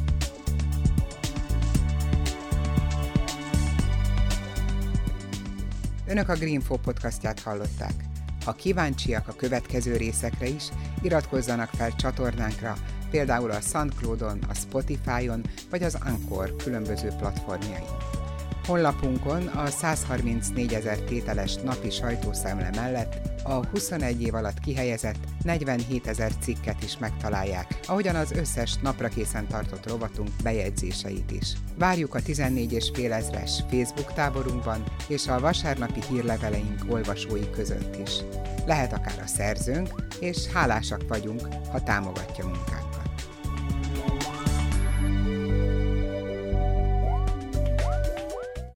Önök a Greenfo podcastját hallották. Ha kíváncsiak a következő részekre is, iratkozzanak fel csatornánkra például a SoundCloudon, a Spotify-on vagy az Anchor különböző platformjain. Honlapunkon a százharmincnégyezer tételes napi sajtószemle mellett a huszonegy év alatt kihelyezett negyvenhétezer cikket is megtalálják, ahogyan az összes napra készen tartott rovatunk bejegyzéseit is. Várjuk a tizennégy és fél ezres Facebook táborunkban és a vasárnapi hírleveleink olvasói között is. Lehet akár a szerzőnk, és hálásak vagyunk, ha támogatja munkát.